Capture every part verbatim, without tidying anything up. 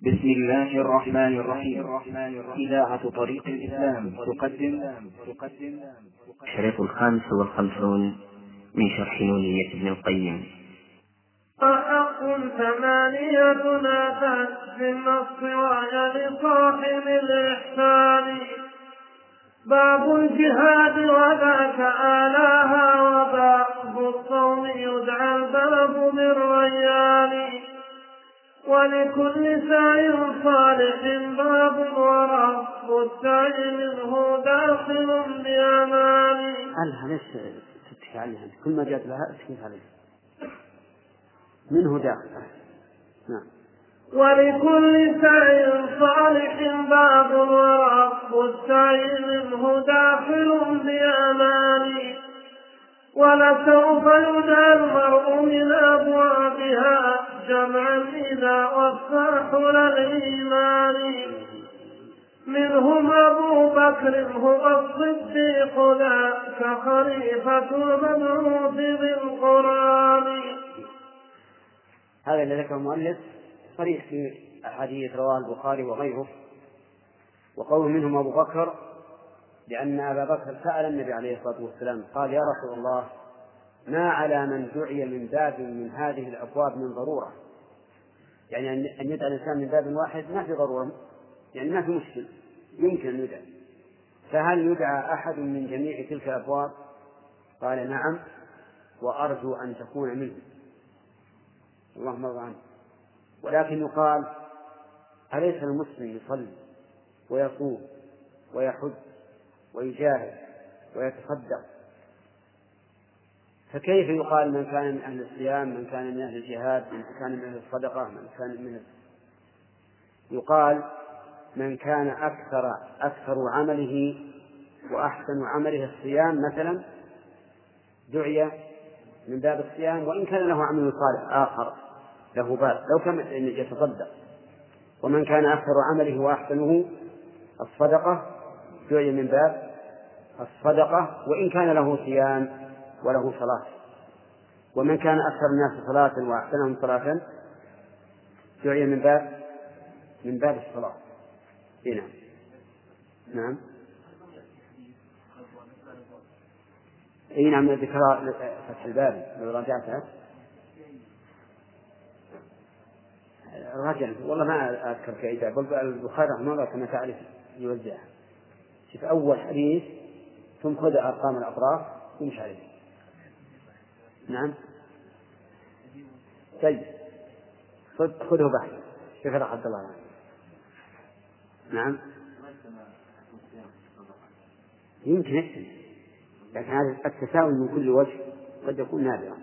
بسم الله الرحمن الرحيم. إذاعة طريق الإسلام تقدم الشريط الخامس والخمسون من شرح نونية ابن القيم. حق ثمانية أتت في النص وهي لصاحب الإحسان، باب الجهاد وذاك آلاها، وباب الصوم يدعى البلد بالريان، ولكل سعي صالح باب، ورب السعي منه داخل بأمان. قالها ليش تتكي عليها؟ كل ما جاءت لها تكيف عليها منه داخل. نعم. ولكل سعي صالح باب، ورب السعي منه داخل بأمان، ولسوف يدعى المرء من أبوابها جمعا إذا وفى حل الإيمان. منهم أبو بكر هو الصديق ذاك خليفة المبعوث بالقرآن. هذا الذي ذكر المؤلف صريح في أحاديث رواه البخاري وغيره. وقول منهم أبو بكر لأن أبا بكر سأل النبي عليه الصلاة والسلام قال: يا رسول الله، ما على من دعي من باب من هذه الأبواب من ضرورة؟ يعني أن يدعى الإنسان من باب واحد ما في ضرورة، يعني ما في مشكل، يمكن أن يدعى، فهل يدعى أحد من جميع تلك الأبواب؟ قال: نعم، وأرجو أن تكون منه، اللهم ارض عنه. ولكن يقال: أليس المسلم يصلي ويصوم ويحج ويجاهد ويتصدق، فكيف يقال من كان من أهل الصيام، من كان من أهل الجهاد، من كان من أهل الصدقة، من كان من يقال من كان أكثر أكثر عمله وأحسن عمله الصيام مثلا دعي من باب الصيام، وإن كان له عمل صالح آخر له باب لو كان يتصدق. ومن كان أكثر عمله وأحسنه الصدقة دعي من باب الصدقة وإن كان له صيام وله صلاة. ومن كان أكثر الناس صلاة وأحسنهم صلاة دعي من باب من باب الصلاة. هنا نعم. اي نعم، ذكر فتح الباب لو راجعتها راجع. والله ما أذكر كإيجاب، بل البخاري رحمه الله كما تعرف يوزعها. شوف أول حديث ثم خذ أرقام الأطراف ومش عليه. نعم. طيب خذه بحث كيف رحمة الله عنه. نعم. يمكن يحسن، لكن هذا التساوي من كل وجه قد يكون نادرا.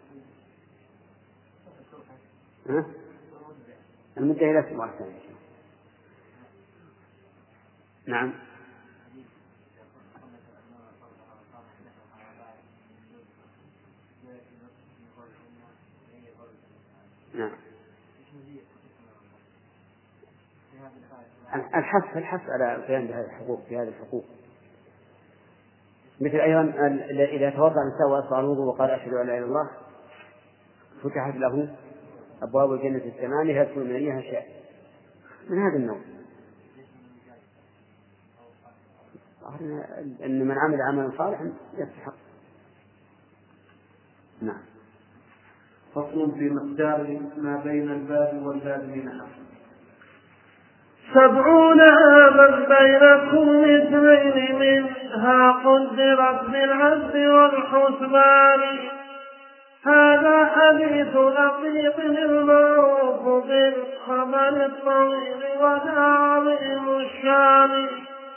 ها؟ المدة إلى سبعة سنين. نعم. نعم. الحث الحث على بيان هذه الحقوق في هذه الحقوق، مثل أيضا إذا توضأ الإنسان وأسبغ الوضوء وقال: أشهد أن لا إله إلا الله، فتحت له أبواب الجنة الثمانية يدخل من أيها شاء، من هذا النوع. أن من عمل عملا صالحا يستحق. نعم. فصل في مقدار ما بين الباب والباب منها. سبعون عاما بين كل اثنين منها قدرت بالعدل والحسبان. هذا حديث لطيف المعروف بالخبر الطويل وذا عظيم الشان،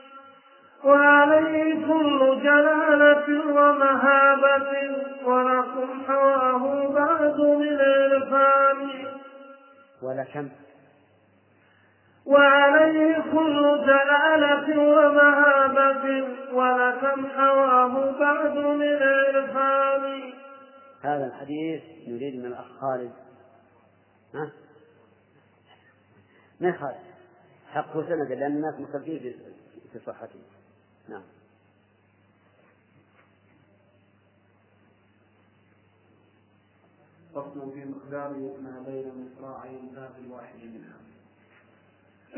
وعليه كل جلالة ومهابة، ولكم حواه بعد من عرفان. ولكم وعليه كل جلالة ومهابة، ولكم حواه بعد من عرفان. هذا الحديث نريد من الأخ خالد. ها؟ ما خالد حقه سند لأن الناس مختلفين في صحته. نعم. فصل في مقدار ما بين مصراعي الباب الواحد منها.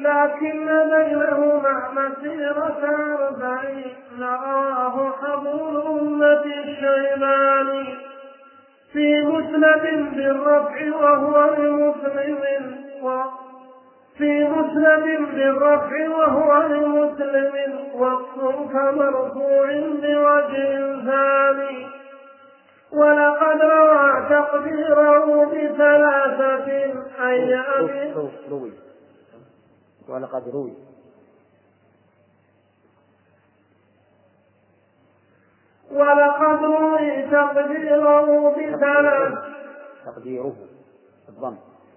لكن بينهما مسيرة أربعين رواه حبر الأمة الشيباني في مسند بالرفع وهو لمسلم في مسند بالرفع وهو لمسلم وقف كمرفوع بوجه ثاني. ولقد روى تقديره بثلاثة أيام روي ولقد روي ولقد روي تقديره بثلاثة تقديره الضم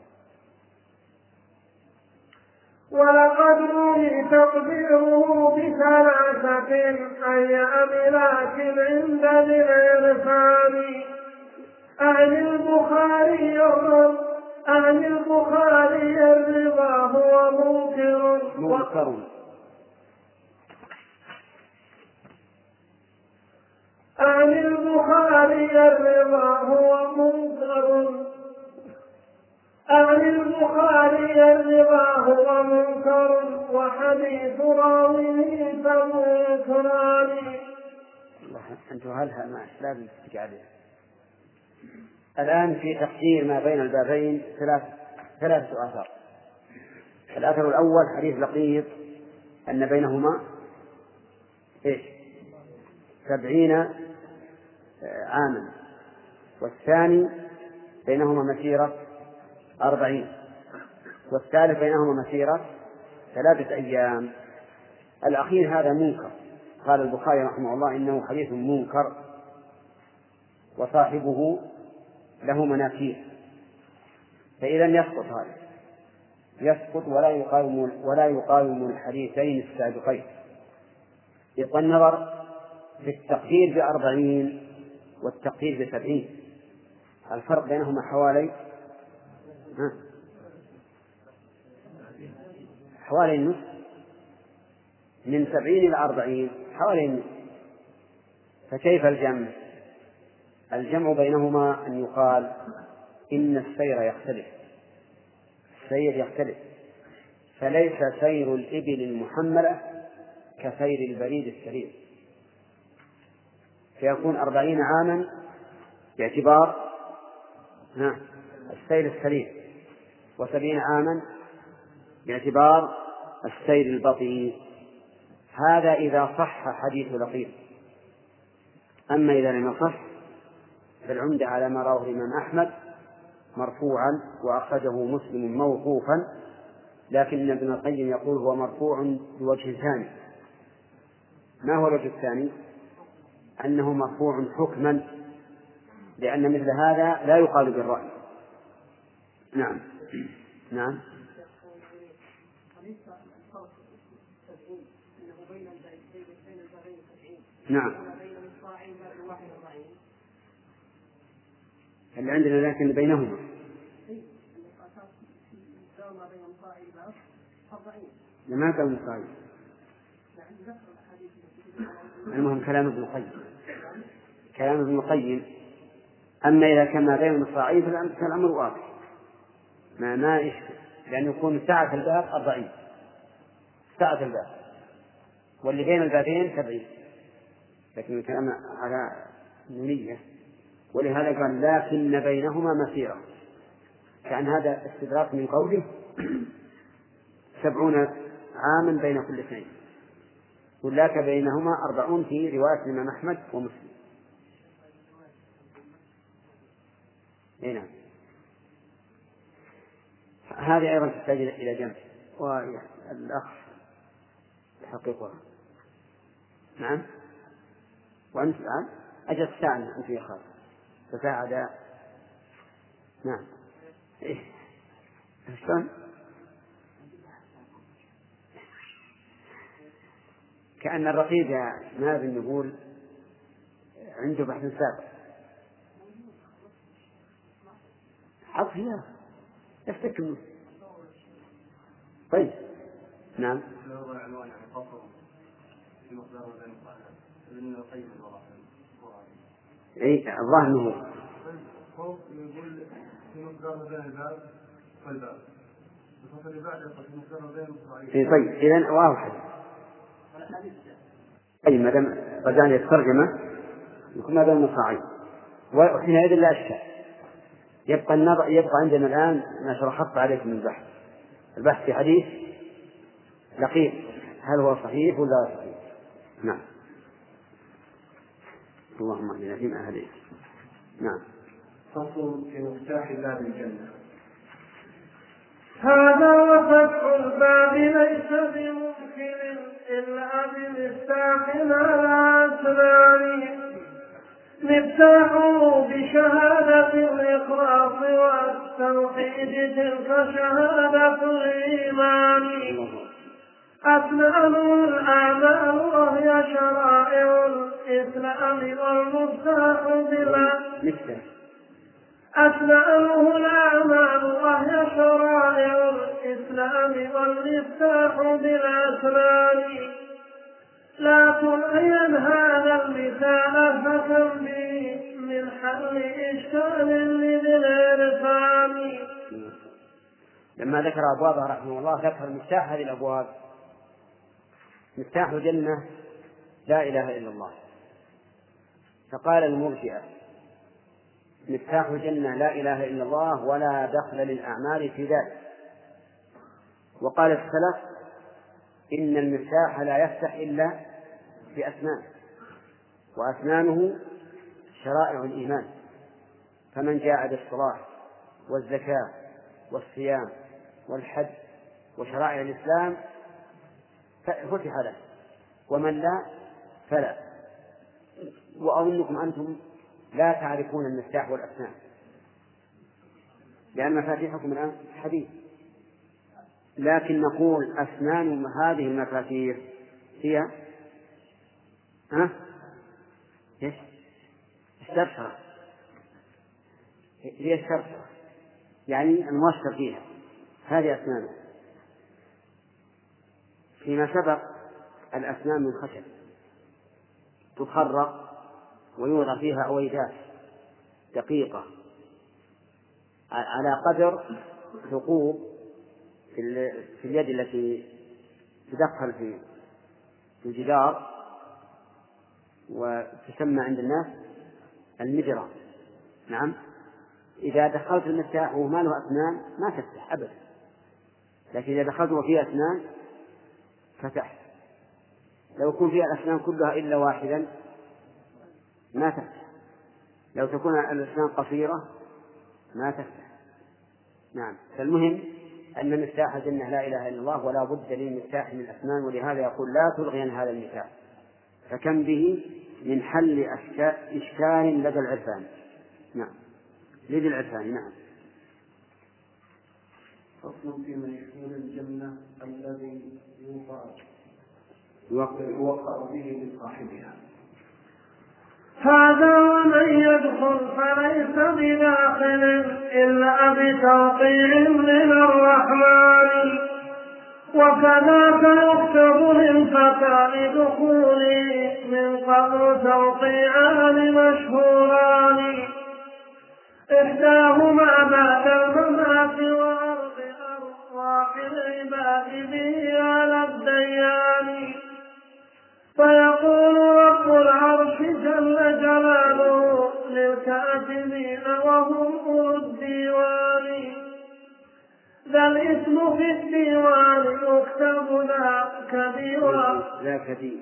ولقد روي تقديره بثلاثة أيام لكن عند ذي العرفان أهل البخاري أهل البخاري الرضا هو منكر منكر أهل البخاري الرضا هو منكر أهل البخاري الرضا هو منكر وحديث راويه فمنكران. أنت هلها مع لازم تجعله. الآن في تقدير ما بين البابين ثلاث ثلاثة آثار. الأثر الأول حديث لقيط أن بينهما إيش سبعين عاما، والثاني بينهما مسيرة أربعين، والثالث بينهما مسيرة ثلاثة أيام. الأخير هذا منكر، قال البخاري رحمه الله إنه حديث منكر وصاحبه له مناكير، فإذا يسقط هذا يسقط ولا يقاوم ولا يقاوم الحديثين السابقين. يبقى النظر في التقدير بأربعين والتقدير بسبعين، الفرق بينهما حوالي ها حوالي النصف، من سبعين إلى أربعين حوالي النصف. فكيف الجمع؟ الجمع بينهما أن يقال إن السير يختلف، السير يختلف، فليس سير الإبل المحملة كسير البريد السريع، فيكون أربعين عاما باعتبار السير السريع، وسبعين عاما باعتبار السير البطيء. هذا إذا صح حديث لقيط. أما إذا لم يصح فالعمدة على ما رواه الإمام أحمد مرفوعا وأخرجه مسلم موقوفا، لكن ابن القيم يقول هو مرفوع بوجه ثاني. ما هو الوجه الثاني؟ أنه مرفوع حكما، لأن مثل هذا لا يقال بالرأي. نعم نعم نعم اللي عندنا لكن بينهما لما كان مصاعب. المهم كلام ابن القيم كلام ابن القيم أما إذا كان ما بين المصاعب فالأمر واضح ما ما يشكل، لأن يكون ساعة الباب أربعين ساعة الباب، واللي بين البابين سبعين، لكن الكلام على نية. ولهذا قال لكن بينهما مسيرة، كان هذا استدراك من قوله سبعون عاما بين كل اثنين، ولك بينهما أربعون في رواية الإمام أحمد ومسلم. هنا هذه أيضا تحتاج إلى جمع، والأخ يحققها. نعم وأنت الآن أجل ساعة أنت يا خالد فساعد. نعم إيه شلون؟ كأن الرقيب يا مازن يقول عنده بحث سابق حط فيها يفتك. طيب نعم اي الظاهر انه يقول في مقدار بين الباب والباب إيه طيب إذن واضح. أي ما دام رجعنا الترجمة يكون هذا المصاعين وحينئذ لا أشكال. يبقى النظر يبقى عندنا الآن ما شرحت عليكم من البحث. البحث في حديث لقيط هل هو صحيح ولا صحيح؟ نعم. اللهم اهدنا فيما هديت. نعم. فصل في مفتاح باب الجنة. هذا وفتح الباب ليس بممكن إلا بمفتاح الأسنان، مفتاحه بشهادة الإخلاص والتوحيد تلك شهادة الإيمان، أسنانه الأعمال وهي شرائع الإسلام والمفتاح بلا أسنانه الأعمال وهي شرائع الإسلام والمفتاح بالأسنان، لا تلعين هذا المثال فكم به من حل إشكال لذي العرفان. لما ذكر أبوابها رحمه الله ذكر مفتاح هذه الأبواب مفتاح الجنة لا إله إلا الله، فقال المرجئة مفتاح الجنة لا إله إلا الله ولا دخل للأعمال في ذلك، وقال السلف إن المفتاح لا يفتح إلا بأسنان، وأسنانه شرائع الإيمان، فمن جاء بالصلاة والزكاة والصيام والحج وشرائع الإسلام فتح له، ومن لا فلا. وأظنكم أنتم لا تعرفون المفتاح والأسنان لأن مفاتيحكم الآن حديث، لكن نقول أسنان هذه المفاتيح هي ها إيش الشرشرة، هي الشرشرة يعني المؤشر فيها، هذه أسنانه. فيما سبق الأسنان من خشب تخرق ويوضع فيها عويدات دقيقة على قدر ثقوب في اليد التي تدخل في الجدار وتسمى عند الناس المجرى. نعم. إذا دخلت المفتاح وما له أسنان ما تفتح أبدا، لكن إذا دخلت وفيه أسنان فتح. لو يكون فيها الأسنان كلها إلا واحدا ما تفتح، لو تكون الأسنان قصيرة ما تفتح. نعم. فالمهم أن مفتاح الجنة لا إله إلا الله ولا بد للمفتاح من الأسنان، ولهذا يقول لا تلغين هذا المفتاح فكم به من حل إشكال لدى العرفان. نعم لدى العرفان. نعم. فصل في مشهور الجنة الذي يوقع به لصاحبها. هذا ومن يدخل فليس بداخل إلا بتوقيع من الرحمن، وكذاك يكتب للفتى دخوله من قبل توقيعان مشهوران، إحداهما بعد الممات وأرض أرواح العباد به على الديان، فيقول رب العرش جل جلاله للكاتبين وهم أولو الديوان، ذا الاسم في الديوان يكتب ذاك ديوان ذاك ديوان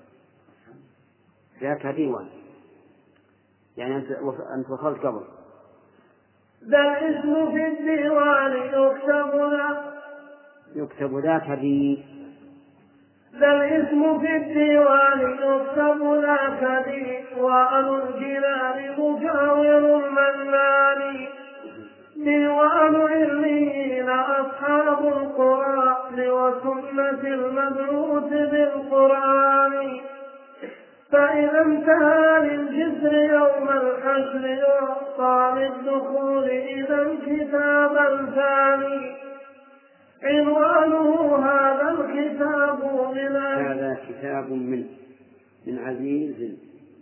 ذاك ديوان يعني أنت وصلت قبل. ذا الاسم في الديوان يكتب ذاك يكتب ذاك دي ذا الاسم في الديوان يكتب ذاك ديوان الجلال مجاور المنان، ديوان عليين أصحاب القرآن وسنة المبعوث بالقرآن، فإذا انتهى للجسر يوم الحشر يعطى للدخول إذا كتابا ثاني، عنوانه هذا الكتاب من هذا كتاب من من عزيز.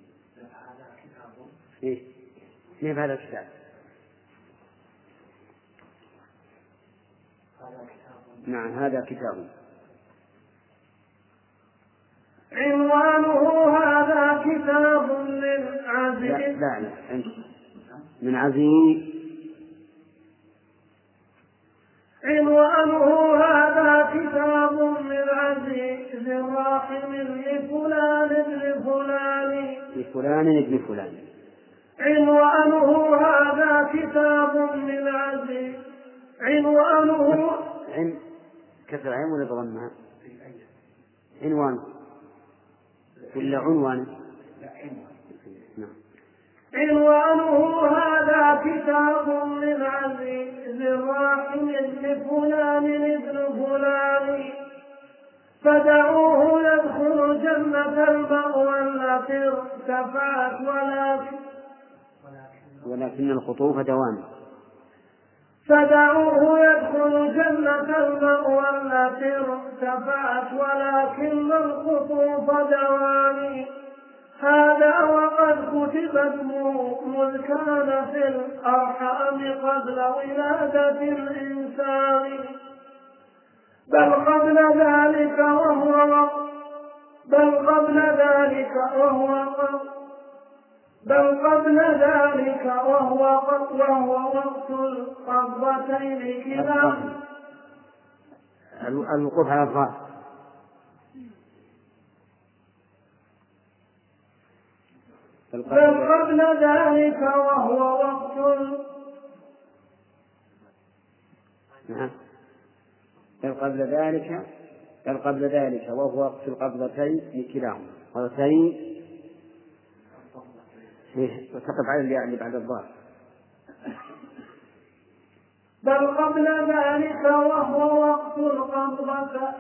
إيه كيف هذا الكتاب؟ هذا كتاب نعم هذا كتاب. عنوانه هذا كتاب للعزيز. لا لا, لا. من عزيز. عنوانه هذا كتاب للعزيز الراحم لفلان ابن فلان لفلان ابن فلان. عنوانه هذا كتاب للعزيز. عنوانه عن كسر عين ولا بضمها؟ عنوان ولا عنوان؟ نعم. عنوانه هذا كتاب للعزيز الراحم لفلان ابن فلان فدعوه يدخل جنة المأوى التي ارتفعت ولكن ولكن الخطوف دوام. فدعوه يدخل جنة المأوى التي ارتفعت ولكن الخطوف دوام. هذا وقد كتب اسمه مذ كان في الأرحام قبل ولادة الإنسان بل قبل ذلك وهو بل قبل ذلك وهو بل قبل ذلك وهو وهو وقت القبضتين كلاهما. الوقوف على الظاهر. بل قبل ذلك وهو وقت نعم. بل قبل ذلك بل قبل ذلك وهو وقت القبضتين لكلاهما. قبضتين وتقف على الياء اللي بعد الظاهر. بل قبل ذلك وهو وقت القبضة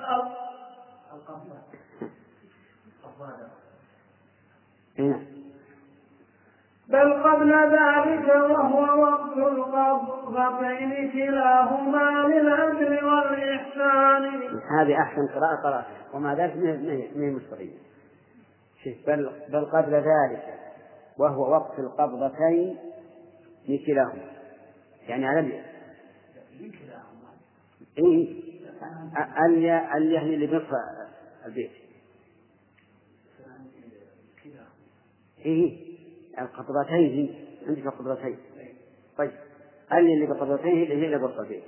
بل قبل ذلك وهو وقت القبضتين كلاهما للعدل والإحسان. هذه أحسن قراءة قراءة وما ذلك من مستقيم. بل بل قبل ذلك وهو وقت القبضتين لكلاهما يعني على اليد. إيه اليا اليا اللي بنصف البيت. إيه القبضتين عندك قبضتين. طيب اليا اللي بقبضتين هي اللي بنصف البيت.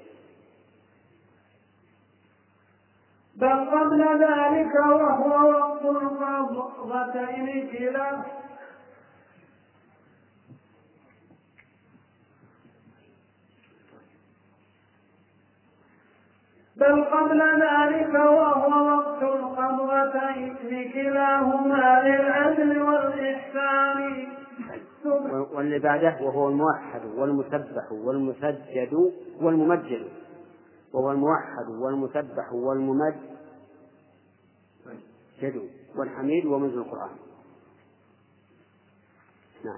بل قبل ذلك وهو وقت القبضتين كلاهما بل قبل ذلك وهو وقت القبضتين كلاهما للعدل والإحسان. واللي بعده وهو الموحد والمسبح والمسجد والممجد. وهو الموحد والمسبح والممجد والحميد ومنزل القرآن. نعم.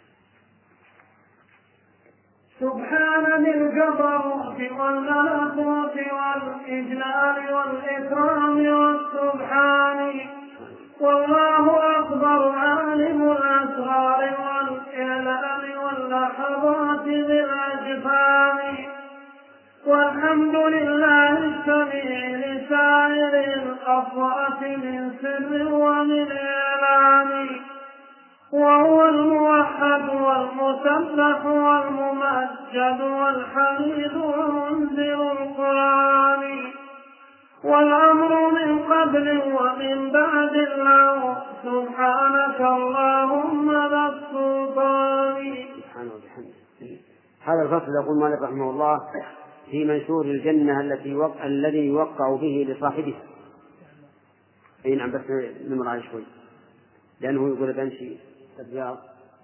سبحان ذي الجبروت والملكوت والإجلال والإكرام والسبحان والله أكبر عالم الأسرار والإعلان واللحظات ذي الأجفان والحمد لله السميع لسائر الأصوات من سر ومن إعلان وهو الموحد والمسبح والممجد والحميد ومنزل القرآن والأمر من قبل ومن بعد الله سبحانك اللهم ذا السلطان. هذا الفصل يقول مالك رحمه الله في منشور الجنة التي يوقع الذي يوقع به لصاحبه. أي نعم بس نمر عليه شوي لأنه يقول بنشي الرياض.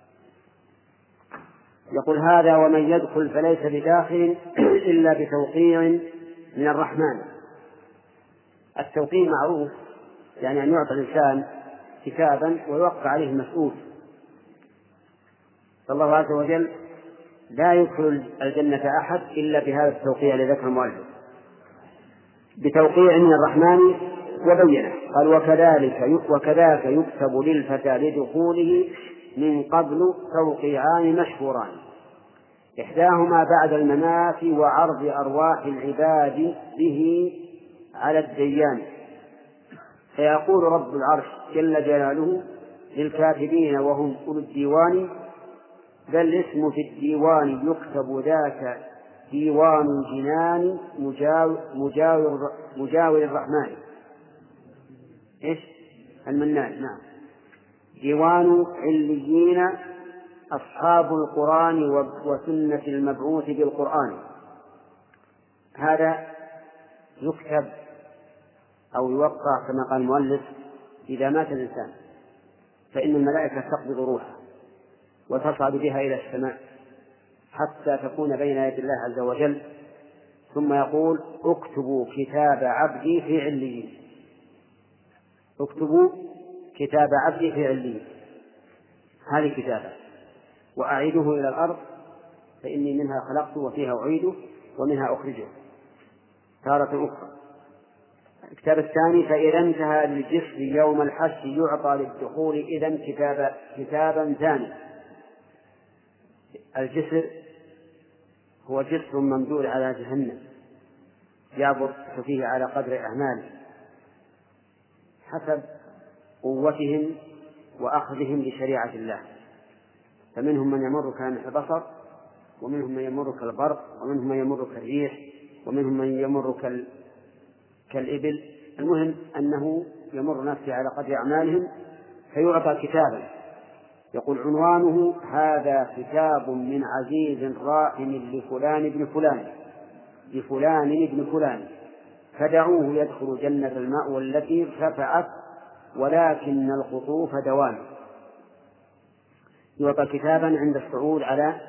يقول هذا ومن يدخل فليس بداخل إلا بتوقيع من الرحمن. التوقيع معروف يعني أن يعطي الإنسان كتابا ويوقع عليه المسؤول. فالله عز وجل لا يدخل الجنة أحد إلا بهذا التوقيع الذي ذكر المؤلف بتوقيع من الرحمن وبينه. قال وكذلك وكذاك يكتب للفتى لدخوله من قبل توقيعان مشهوران. إحداهما بعد الممات وعرض أرواح العباد به على الديان، فيقول رب العرش جل جلاله للكاتبين وهم أولو الديوان: بل الاسم في الديوان يكتب ذاك ديوان الجنان مجاور, مجاور, مجاور الرحمن. إيش؟ المنان. نعم. ديوان عليين أصحاب القرآن وسنة المبعوث بالقرآن. هذا يكتب أو يوقع كما قال المؤلف إذا مات الإنسان، فإن الملائكة تقبض روحه وتصعد بها إلى السماء حتى تكون بين يدي الله عز وجل، ثم يقول: اكتبوا كتاب عبدي في عليين، اكتبوا كتاب عبدي في عليين، هذه كتابة، وأعيده إلى الأرض فإني منها خلقته وفيها أعيده ومنها أخرجه تارة أخرى. الكتاب الثاني: فإذا انتهى للجسر يوم الحشر يعطى للدخول إذن كتاب كتابا ثاني. الجسر هو جسر ممدود على جهنم يعبر فيه على قدر أعماله حسب قوتهم وأخذهم لشريعة الله، فمنهم من يمر كلمح البصر، ومنهم من يمر كالبرق، ومنهم من يمر كالريح، ومنهم من يمر كال... كالإبل. المهم أنه يمر نفسه على قدر أعمالهم، فيعطى كتابا يقول عنوانه: هذا كتاب من عزيز راحم لفلان ابن فلان لفلان ابن فلان فدعوه يدخل جنة الماء والتي ارتفعت ولكن القطوف دوام. يعطى كتابا عند الصعود على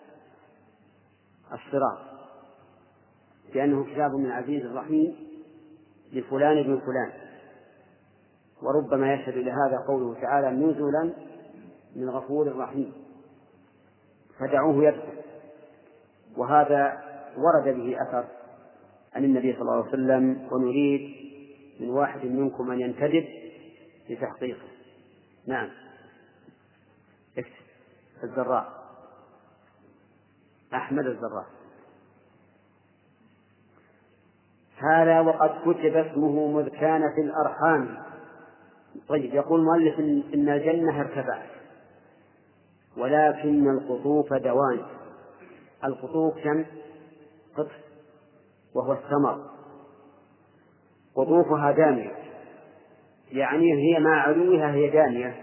الصراط لأنه كتاب من عزيز الرحيم لفلان ابن فلان. وربما يشهد لهذا قوله تعالى: نزلا من غفور رحيم فدعوه يدخل. وهذا ورد به أثر عن النبي صلى الله عليه وسلم، ونريد من واحد منكم أن ينتدب لتحقيقه. نعم. الزراع أحمد الزراع. هذا وقد كتب اسمه مذ كان في الأرحام. طيب، يقول المؤلف إن الجنة ارتفعت ولكن القطوف دوان. القطوف كم قطف وهو الثمر، قطوفها دانية، يعني هي مع علوها هي دانية.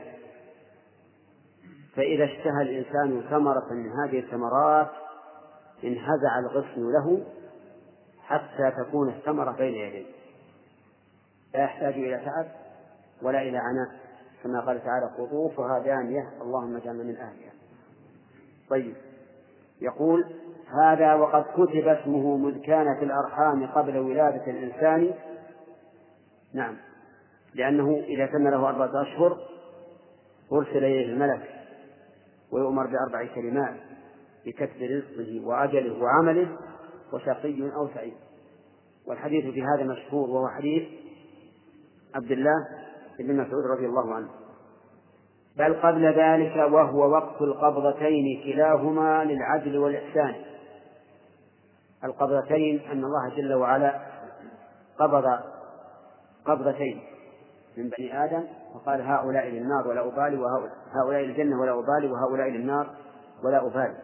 فإذا اشتهى الإنسان ثمرة من هذه الثمرات انهزع الغصن له حتى تكون الثمرة بين يديه، لا يحتاج إلى تعب ولا إلى عناء، كما قال تعالى: قطوفها دانية اللهم اجعلنا من أهلها. طيب، يقول: هذا وقد كتب اسمه مذ كان في الأرحام قبل ولادة الإنسان. نعم، لأنه إذا تم له أربعة أشهر أرسل إليه الملك ويؤمر بأربع كلمات بكتب رزقه وأجله وعمله وشقي أو سعيد. والحديث في هذا مشهور، وهو حديث عبد الله بن مسعود رضي الله عنه. بل قبل ذلك وهو وقت القبضتين كلاهما للعدل والإحسان. القبضتين أن الله جل وعلا قبض قبضتين من بني آدم وقال: هؤلاء للنار ولا أبالي، وهؤلاء للجنة ولا أبالي، وهؤلاء للنار ولا أبالي.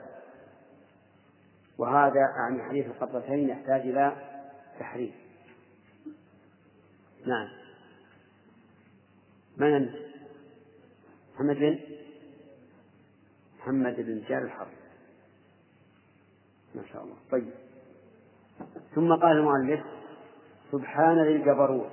وهذا عن حديث القبضتين يحتاج إلى تحريف. نعم. من أنت؟ محمد بن محمد بن جار الحرب، ما شاء الله. طيب، ثم قال المؤلف: سبحان ذي الجبروت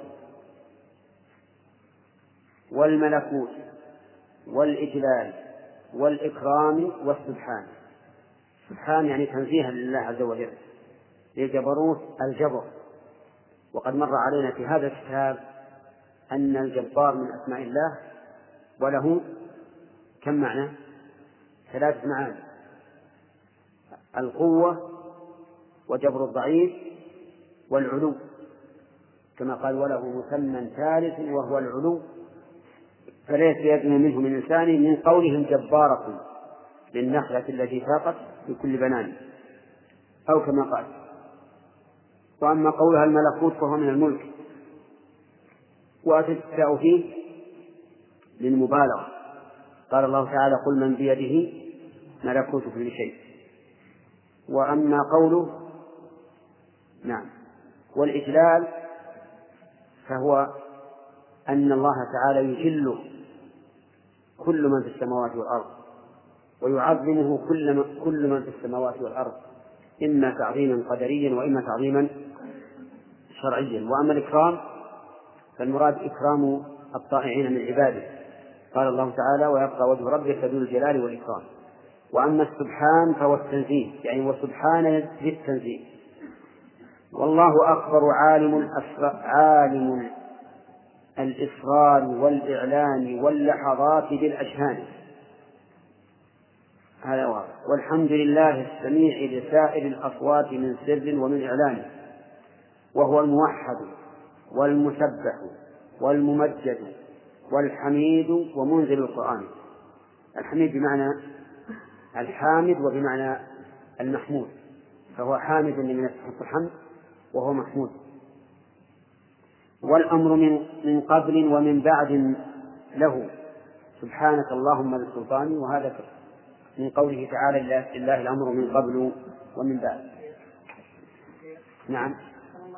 والملكوت والإجلال والإكرام والسبحان. سبحان يعني تنزيها لله عز وجل، للجبروت الجبر. وقد مر علينا في هذا الكتاب أن الجبار من أسماء الله، وله كم معنى؟ ثلاث معاني: القوة وجبر الضعيف والعلو، كما قال: وله مسمى ثالث وهو العلو، فليس يدنو منه من إنسان من قولهم جباركم للنخلة التي ساقت بكل بنان أو كما قال. وأما قولها الملكوت فهو من الملك، وأتت فيه للمبالغة. قال الله تعالى قل من بيده ملكوت كل شيء. وأما قوله نعم والإجلال فهو أن الله تعالى يجل كل من في السماوات والأرض ويعظمه كل من في السماوات والأرض، إما تعظيما قدريا وإما تعظيما شرعيا. وأما الإكرام فالمراد إكرام الطائعين من عباده، قال الله تعالى ويبقى وجه ربك ذو الجلال والإكرام. وأما السبحان فهو التنزيه، يعني وسبحان ذي التنزيه. والله أكبر عالم الأسرار عالم الإسرار والإعلان واللحظات بالأجهان، هذا واضح. والحمد لله السميع لسائر الأصوات من سر ومن إعلان، وهو الموحد والمسبح والممجد والحميد ومنزل القرآن. الحميد بمعنى الحامد وبمعنى المحمود، فهو حامد لمن يستحق الحمد وهو محمود. والأمر من من قبل ومن بعد له سبحانك اللهم للسلطان، وهذا من قوله تعالى لله الأمر من قبل ومن بعد. نعم.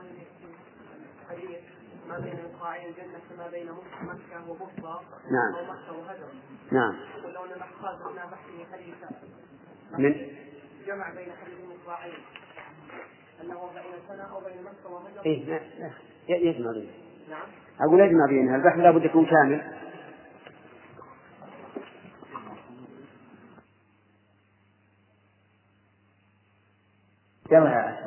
ما بين مقاعي الجنة كما بين مكة وبصرى نعم. أو مكة وهجر. نعم. ولو أن الأحقاد أن بحثه حديثا من جمع بين حديث المقاعين أنه بين سنة أو بين مكة وهجر. إيه لا لا يجمع بينها. نعم. أقول يجمع بينها، البحث لابد يكون كامل. جمع.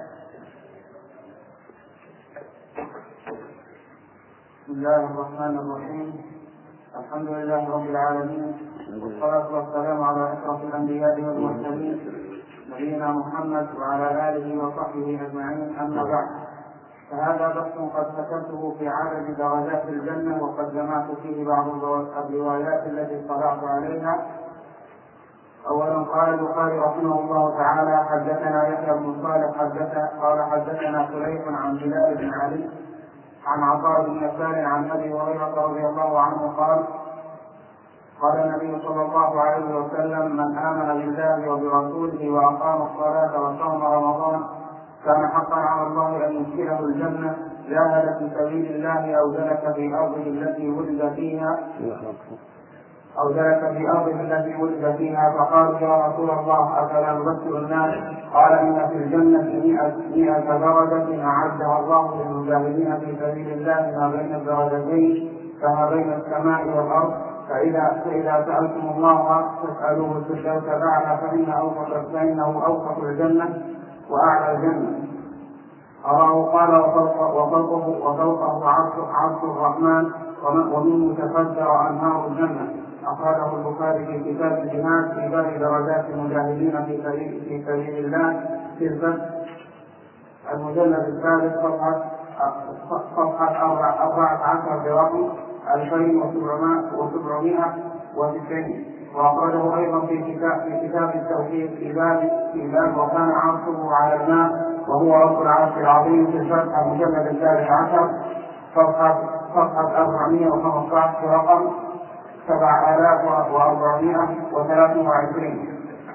بسم الله الرحمن الرحيم. الحمد لله رب العالمين، والصلاة والسلام على أشرف الأنبياء والمرسلين نبينا محمد وعلى آله وصحبه أجمعين. أما بعد، فهذا بحث قد كتبته في عدد درجات الجنة، وقد جمعت فيه بعض الروايات التي اطلعت عليها. أولا قال البخاري رحمه الله تعالى حدثنا يحيى بن صالح قال حدثنا سليم عن بلال بن علي عن عطاء بن يسار عن أبي هريرة رضي الله عنه قال قال النبي صلى الله عليه وسلم من آمن بالله وبرسوله وأقام الصلاة وصام رمضان كان حقا على الله أن يدخله الجنة، جاهد في سبيل الله أو ذلك في أرضه التي ولد فيها أو ذلك في أرضه التي ولد فيها. فقالوا يا رسول الله أفلا نبشر الناس؟ قال إن في الجنة مئة درجة أعدها الله للمجاهدين في سبيل الله ما بين الدرجتين كما بين السماء والأرض، فإذا فإذا سألتم الله فاسألوه الفردوس الأعلى فإن أوسط فإنه أوسط الجنة وأعلى الجنة. أراه قال وفوقه وفوقه عرش الرحمن ومنه تفجر أنهار الجنة. أخرجه البخاري في كتاب الجهاد في باب درجات المجاهدين في سبيل في سبيل الله في الفتح المجلد الثالث صفحة صفحة أربعة عشر برقم ألفين وسبعمائة وتسعين. وأخرجه أيضا في كتاب في كتاب التوحيد في باب في باب وكان عرشه على الماء وهو رب العرش العظيم في الفتح المجلد الثالث عشر صفحة صفحة أربعمائة وخمسة عشر رقم سبعة آلاف وأربعمائة وثلاثة وعشرين.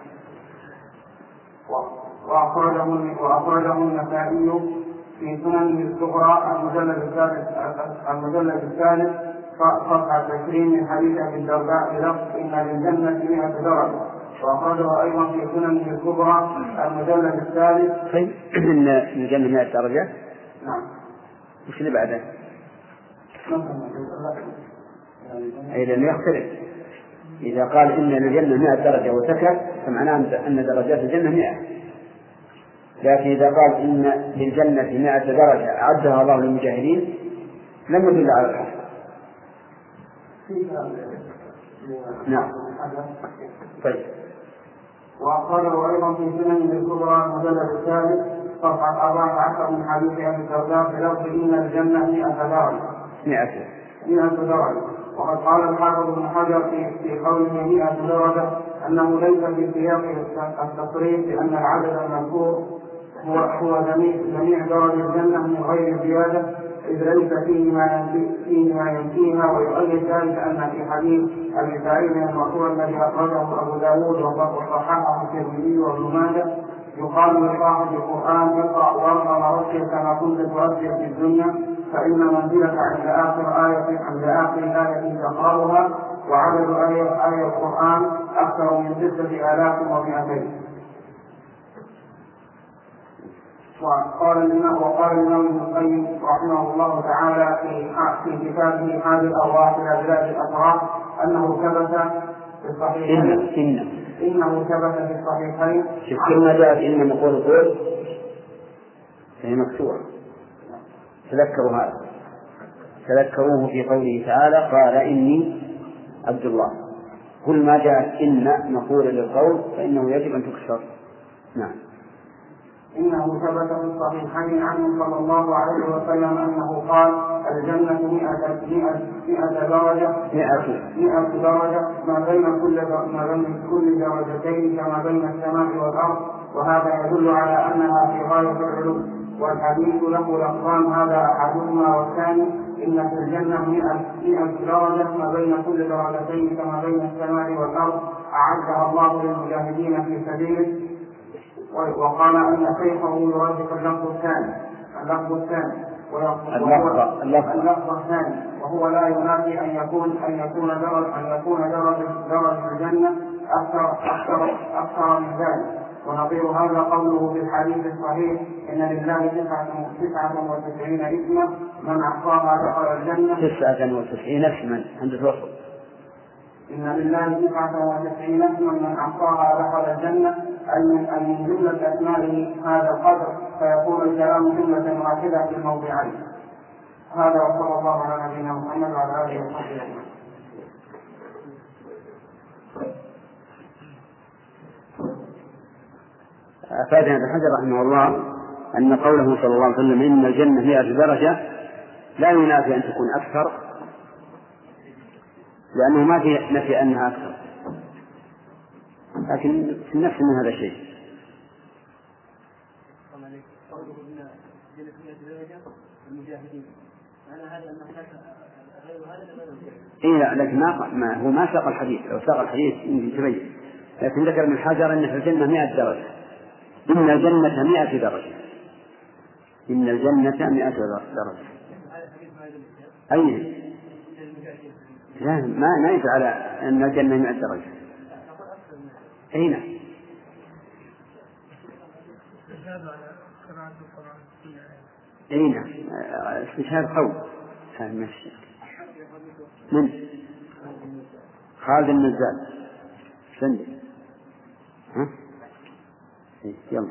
وأخرجه النسائي في سننه الصغرى المجلد الثالث المجلد الثالث صفحة عشرين من حديث أبي الدرداء بلفظ إن للجنة مئة درجة. وأخرجه أيضا في سننه الكبرى المجلد الثالث. طيب إن الجنة مئة درجة؟ نعم. وش اللي بعده؟ أي لم يختلف. إذا قال إن الجنة مئة درجة وسكت فمعناه أن درجات الجنة مئة، لكن إذا قال إن للجنة مئة درجة أعدها الله للمجاهدين لم يدل على الحق. نعم. طيب. وأخرجه أيضا في سنن الكبرى المجلد الثالث صفحة أربعة عشر من حديث أبي الدرداء بلفظ إن الجنة مئة درجة. مئة مئة درجة. وقد قال الحافظ ابن حجر في في قوله مئة درجة أنه ليس في سياق التصريح بأن العدد المذكور هو هو جميع جميع درج الجنة من غير زيادة، إذ ليس فيه ما ينفي فيه ما ينفيها، ويؤيد ذلك أن في حديث أبي سعيد المشهور الذي أخرجه أبو داود وصححه الترمذي وابن ماجه يقال لصاحب القرآن اقرأ وارقى ورتل كما كنت تؤثر في الدنيا، فإن منزلك عند آخر آية عند آخر آية تقرأها، وعدد آية آية القرآن أكثر من ستة آلاف ومئتين. وقال الإمام وقال الإمام ابن القيم رحمه الله تعالى في في كتابه حاد الأرواح إلى بلاد الأطراف أنه ثبت في الصحيحين إن إنه ثبت في الصحيحين. شوف كلمة جاءت إن مقول قول فهي مكسورة، تذكروا هذا، تذكروه في قوله تعالى قال إني عبد الله. كل ما جاءت إن مقولة للقول فإنه يجب أن تكسر. نعم. إنه ثبت في الصحيحين عنه صلى الله عليه وسلم أنه قال الجنة مئة مئة مئة درجة مئة مئة درجة ما بين كل ما بين كل درجتين كما بين السماء والأرض، وهذا يدل على أنها في غاية العلو. والحديث له لفظان هذا أحدهما والثاني إن في الجنة مئة درجة ما بين كل درجتين كما بين السماء والأرض أعدها الله للمجاهدين في سبيله. وقال أن شيخه يرجح اللفظ الثاني اللفظ الثاني اللفظ اللفظ الثاني وهو لا ينافي أن يكون أن يكون درج أن يكون درج درج الجنة أكثر أكثر أكثر من ذلك. ونظير هذا قوله في الحديث الصحيح إن لله تسعة تسعة وتسعين اسما من أحصاها دخل الجنة. تسعة وتسعين اسما عند الوصف. إن لله تسعة وتسعين اسما من أحصاها دخل الجنة، أي من جملة أسمائه هذا القدر، فيكون الكلام جملة واحدة في الموضعين. هذا وصلى الله على نبينا محمد وعلى آله وصحبه أجمعين. أفادنا ابن حجر رحمه الله أن قوله صلى الله عليه وسلم إن الجنة مئة درجة لا ينافي أن تكون أكثر، لأنه ما في نفي أنها أكثر، لكن في النفس من هذا الشيء. إيه لا، لكن ما هو ما ساق الحديث، لو ساق الحديث يمكن تبين، لكن ذكر ابن حجر أن في الجنة مئة درجة. إن الجنة مئة درجة إن الجنة مئة درجة أي لا ما ما يدل على أن الجنة مئة درجة. أين أين استشهاد قول من خالد النزال سندي ها يلا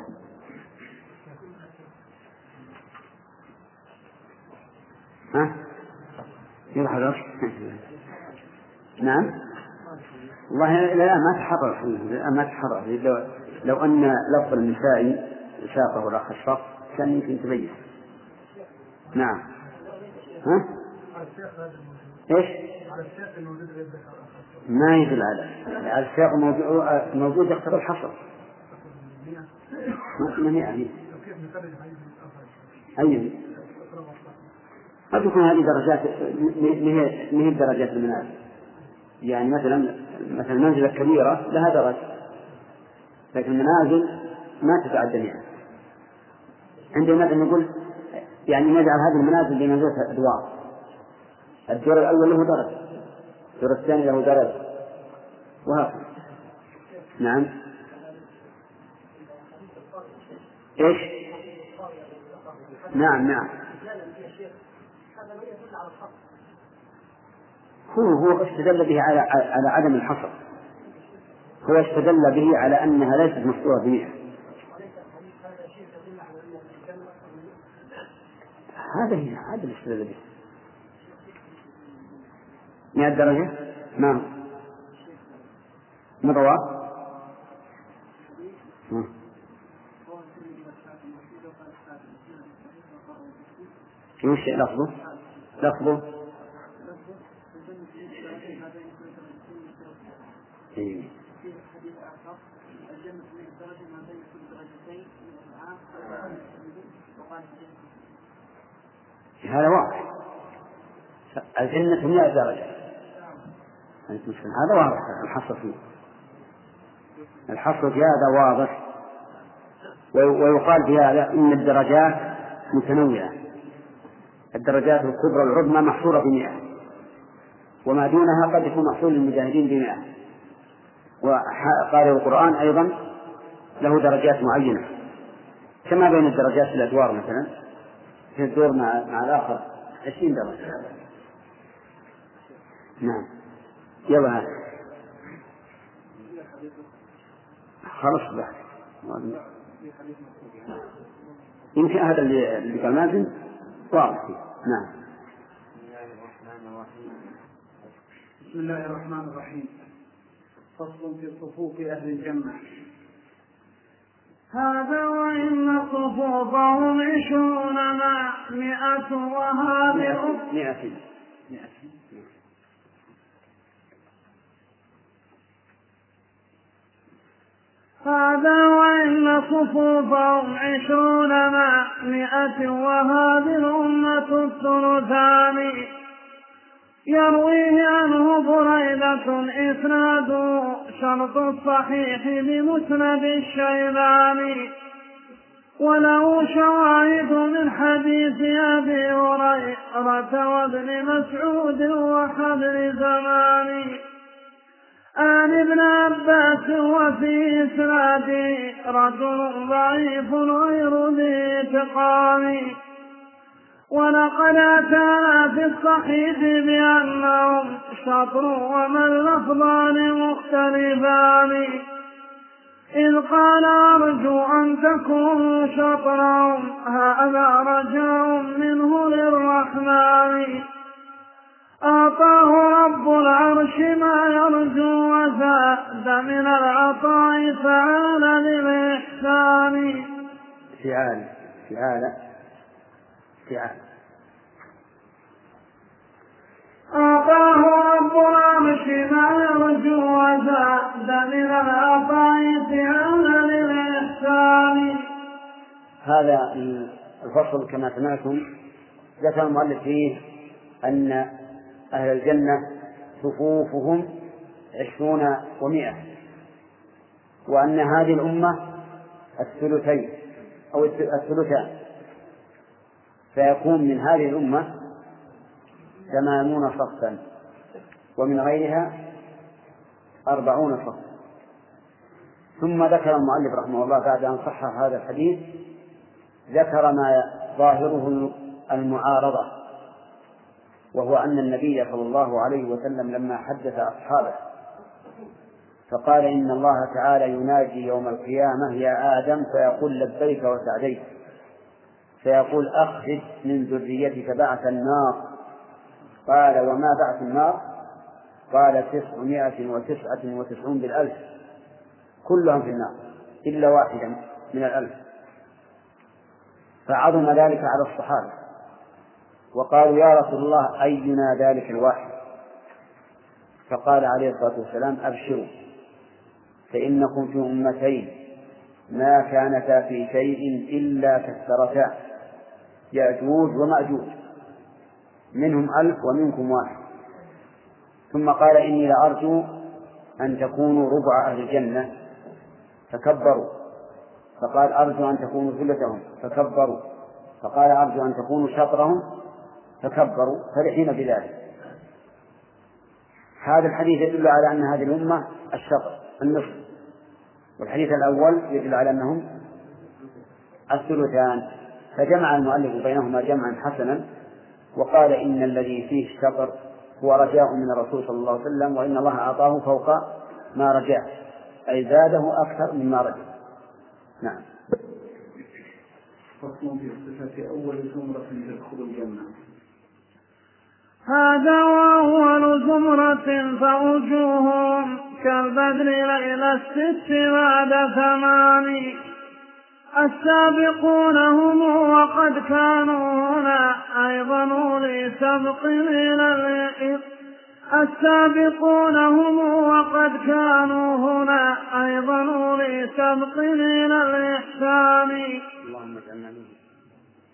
ها يلا نعم والله لا ما تحرر ما تحرر لو, لو أن لفظ النسائي ساقه الأخ الصف كان يمكن تبين. نعم ها إيش ما يدل على على السياق موجود يقتضي الحصر من يعني أيه قد تكون هذه درجات من هي درجات المنازل، يعني مثلا مثلا المنزلة الكبيرة لها درجة، لكن المنازل ما تتعدى يعني. عندنا مثلا نقول يعني نجعل هذه المنازل بمنزلة أدوار، الدور الأول له درجة، الدور الثاني له درجة، وهكذا. نعم إيش نعم نعم هو هو استدل به على على عدم الحصر، هو استدل به على أنها ليست مفطورة بمئة. هذا هي هذا الاستدلال به مئة درجة ما مضوى وش لفظه لفظه هذا واضح. الجنة مئة درجة، هذا واضح. الحصر فيه الحصر في هذا واضح. ويقال في هذا إن الدرجات متنوعة، الدرجات الكبرى العظمى محصورة بمئة، وما دونها قد يكون محصور للمجاهدين بمئة. وقارئ القرآن أيضا له درجات معينة، كما بين الدرجات في الأدوار، مثلا في الدور مع, مع الآخر عشرين درجة. نعم. يلا خلص بعد يمكن هذا اللي قال مازن واضح. نعم. بسم الله الرحمن الرحيم. فصل في صفوف أهل الجنة. هذا وإن صفوفهم عشرون مع مئة وهذه مئة هذا وإن صفوفهم عشرون مع مئة وهذه الأمة الثلثان. يرويه عنه بريدة إسناد شرط الصحيح بمسند الشيباني، وله شواهد من حديث أبي هريرة وابن مسعود وحبر زمان عن ابن عباس. وفي إسناده رجل ضعيف غير ذي اتقان، ولقد أتانا في الصحيح بأنهم شطر وما اللفظان مختلفان، إذ قال أرجو أن تكونوا شطرهم هذا رجاء منه للرحمن. أعطاه رب العرش ما يرجو وزاد من العطاء فعال للإحسان. فعال فعال فعال أعطاه رب العرش ما يرجو وزاد من العطاء فعال للإحسان. هذا الفصل كما سمعتم ذكر المؤلف فيه أن أهل الجنة صفوفهم عشرون ومئة، وأن هذه الأمة الثلثين أو الثلثان، فيكون من هذه الأمة ثمانون صفا ومن غيرها أربعون صفا. ثم ذكر المؤلف رحمه الله بعد أن صحح هذا الحديث ذكر ما ظاهره المعارضة، وهو أن النبي صلى الله عليه وسلم لما حدث أصحابه فقال إن الله تعالى يناجي يوم القيامة يا آدم فيقول لبيك وسعديك، فيقول أخرج من ذريتك بعث النار. قال وما بعث النار؟ قال تسعمائة وتسعة وتسعون بالألف، كلهم في النار إلا واحدا من الألف. فعظم ذلك على الصحابة وقالوا يا رسول الله أينا ذلك الواحد؟ فقال عليه الصلاة والسلام أبشروا فإنكم في أمتين ما كانتا في شيء إلا كثرتا، يأجوج ومأجوج، منهم ألف ومنكم واحد. ثم قال إني لأرجو أن تكونوا ربع أهل الجنة فكبروا، فقال أرجو أن تكونوا ثلثهم فكبروا، فقال أرجو أن تكونوا شطرهم فكبروا، فرحين بذلك. هذا الحديث يدل على أن هذه الأمة الشطر النصف، والحديث الأول يدل على أنهم الثلثان، فجمع المؤلف بينهما جمعا حسنا وقال إن الذي فيه الشطر هو رجاء من الرسول صلى الله عليه وسلم، وإن الله أعطاه فوق ما رجاه، أي زاده أكثر مما رجع. نعم. فصل في صفة أول زمرة تدخل الجنة. هذا وأول زمرة فوجوههم كالبدر ليلة الست بعد ثمان. السابقون هم وقد كانوا هنا أيضا أولي سبق إلى السابقون هم وقد كانوا هنا أيضا أولي سبق إلى الإحسان.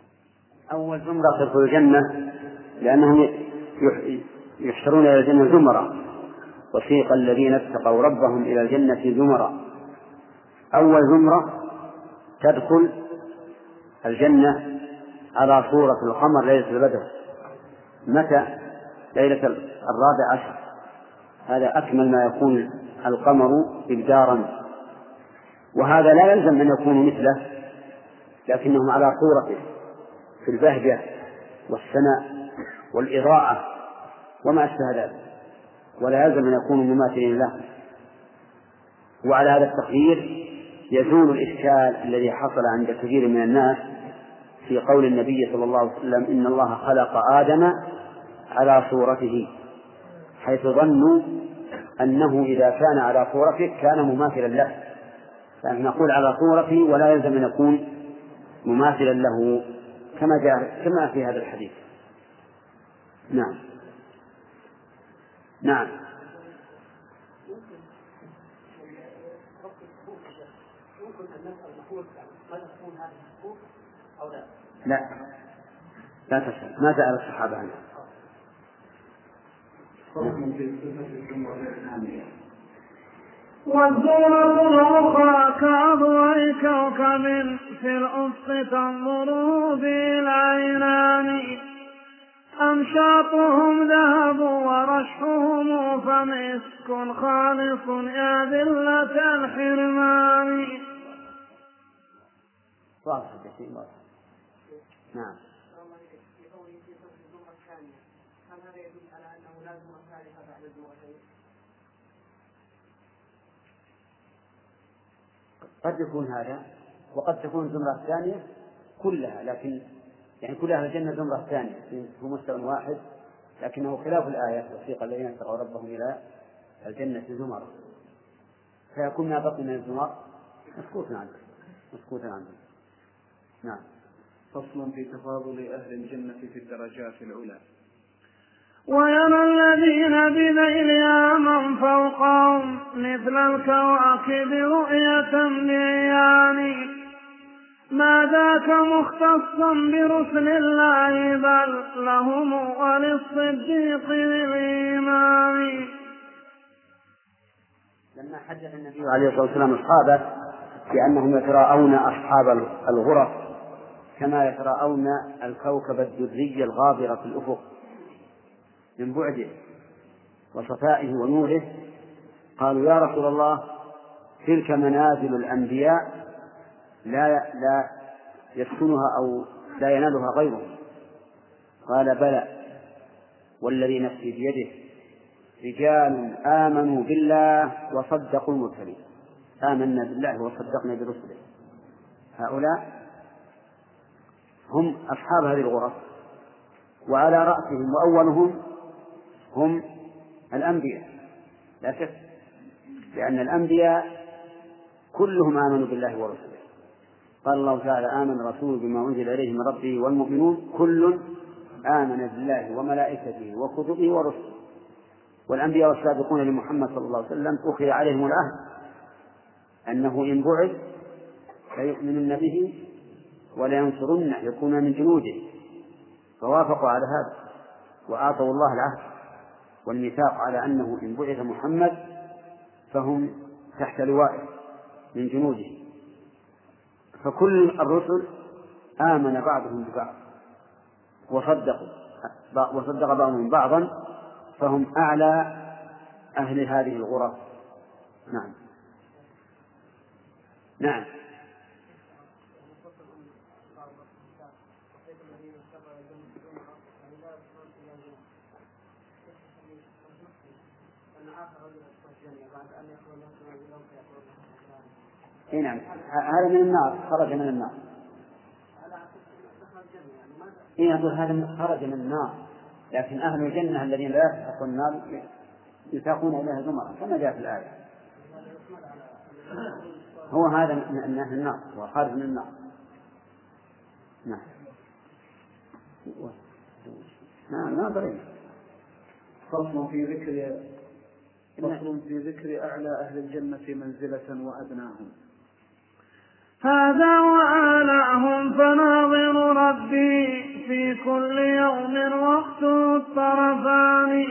أول زمرة تدخل الجنة لأنهم يحشرون إلى الجنة زمرة، وسيق الذين اتقوا ربهم إلى الجنة زمرة. أول زمرة تدخل الجنة على صورة القمر ليلة البدر. متى؟ ليلة الرابع عشر، هذا أكمل ما يكون القمر إبدارا، وهذا لا يلزم أن يكون مثله، لكنهم على صورته في البهجة والسناء والإضاءة وما أشبه ذلك، ولا يلزم أن يكونوا مماثلين له. وعلى هذا التقدير يزول الإشكال الذي حصل عند كثير من الناس في قول النبي صلى الله عليه وسلم إن الله خلق آدم على صورته، حيث ظنوا أنه إذا كان على صورته كان مماثلا له، فنحن نقول على صورته ولا يلزم أن يكون مماثلا له كما جاء كما في هذا الحديث. نعم نعم لا لا تسأل، ما سأل الصحابة عنه. والزورة الأخرى كأضواء كوكب في الأفق تنظر به العينان، أمشاطهم ذهب ورشحهم فمسك خالص يا ذلة الحرمان. نعم. قد يكون هذا، وقد تكون الزمرة الثانية كلها، لكن يعني كلها الجنة زمرة ثانية في مستوى واحد، لكنه خلاف الآية وسيق الذين اتقوا ربهم إلى الجنة زمرة، فيكون ما بقي من الزمر مسكوتا عنه مسكوتا عنه. نعم. فصل في تفاضل أهل الجنة في الدرجات العلى. ويرى الذين بذيلها من فوقهم مثل الكواكب رؤية بعيان، ما ذاك مختصا برسل الله بل لهم وللصديق بالإيمان. لما حدث النبي عليه الصلاة والسلام أصحابه بأنهم يتراءون أصحاب الغرف كما يتراءون الكوكب الدري الغابر في الأفق من بعده وصفائه ونوره، قالوا يا رسول الله تلك منازل الأنبياء لا لا يسكنها أو لا ينالها غيره. قال بلى والذي نفسي بيده رجال آمنوا بالله وصدقوا المرسلين. آمنا بالله وصدقنا برسله، هؤلاء هم أصحاب هذه الغرف، وعلى رأسهم وأولهم هم الأنبياء لا شك، لأن الأنبياء كلهم آمنوا بالله ورسله. قال الله تعالى آمن الرسول بما أنزل إليه من ربه والمؤمنون كل آمن بالله وملائكته وكتبه ورسله. والأنبياء والسابقون لمحمد صلى الله عليه وسلم أخذ عليهم العهد أنه إن بعث فيؤمنن به ولينصرنه يكون من جنوده، فوافقوا على هذا وآتوا الله العهد والميثاق على أنه إن بعث محمد فهم تحت لوائه من جنوده. فكل الرسل آمن بعضهم ببعض وصدقوا وصدق بعضهم بعضا، فهم أعلى أهل هذه الغرف. نعم نعم. إيه نعم، هذا من النار، خرج من النار. إيه نقول هذا خرج من النار، لكن أهل الجنة الذين لا يستحقون النار يساقون إليها زمرا كما جاء في الآية. هو هذا من أهل النار وخارج من النار. نعم نعم ناظرين. فصل في ذكر فصل في ذكر أعلى أهل الجنة منزلة وأدناهم. هذا وآلاهم فناظر ربي في كل يوم وقت الطرفان،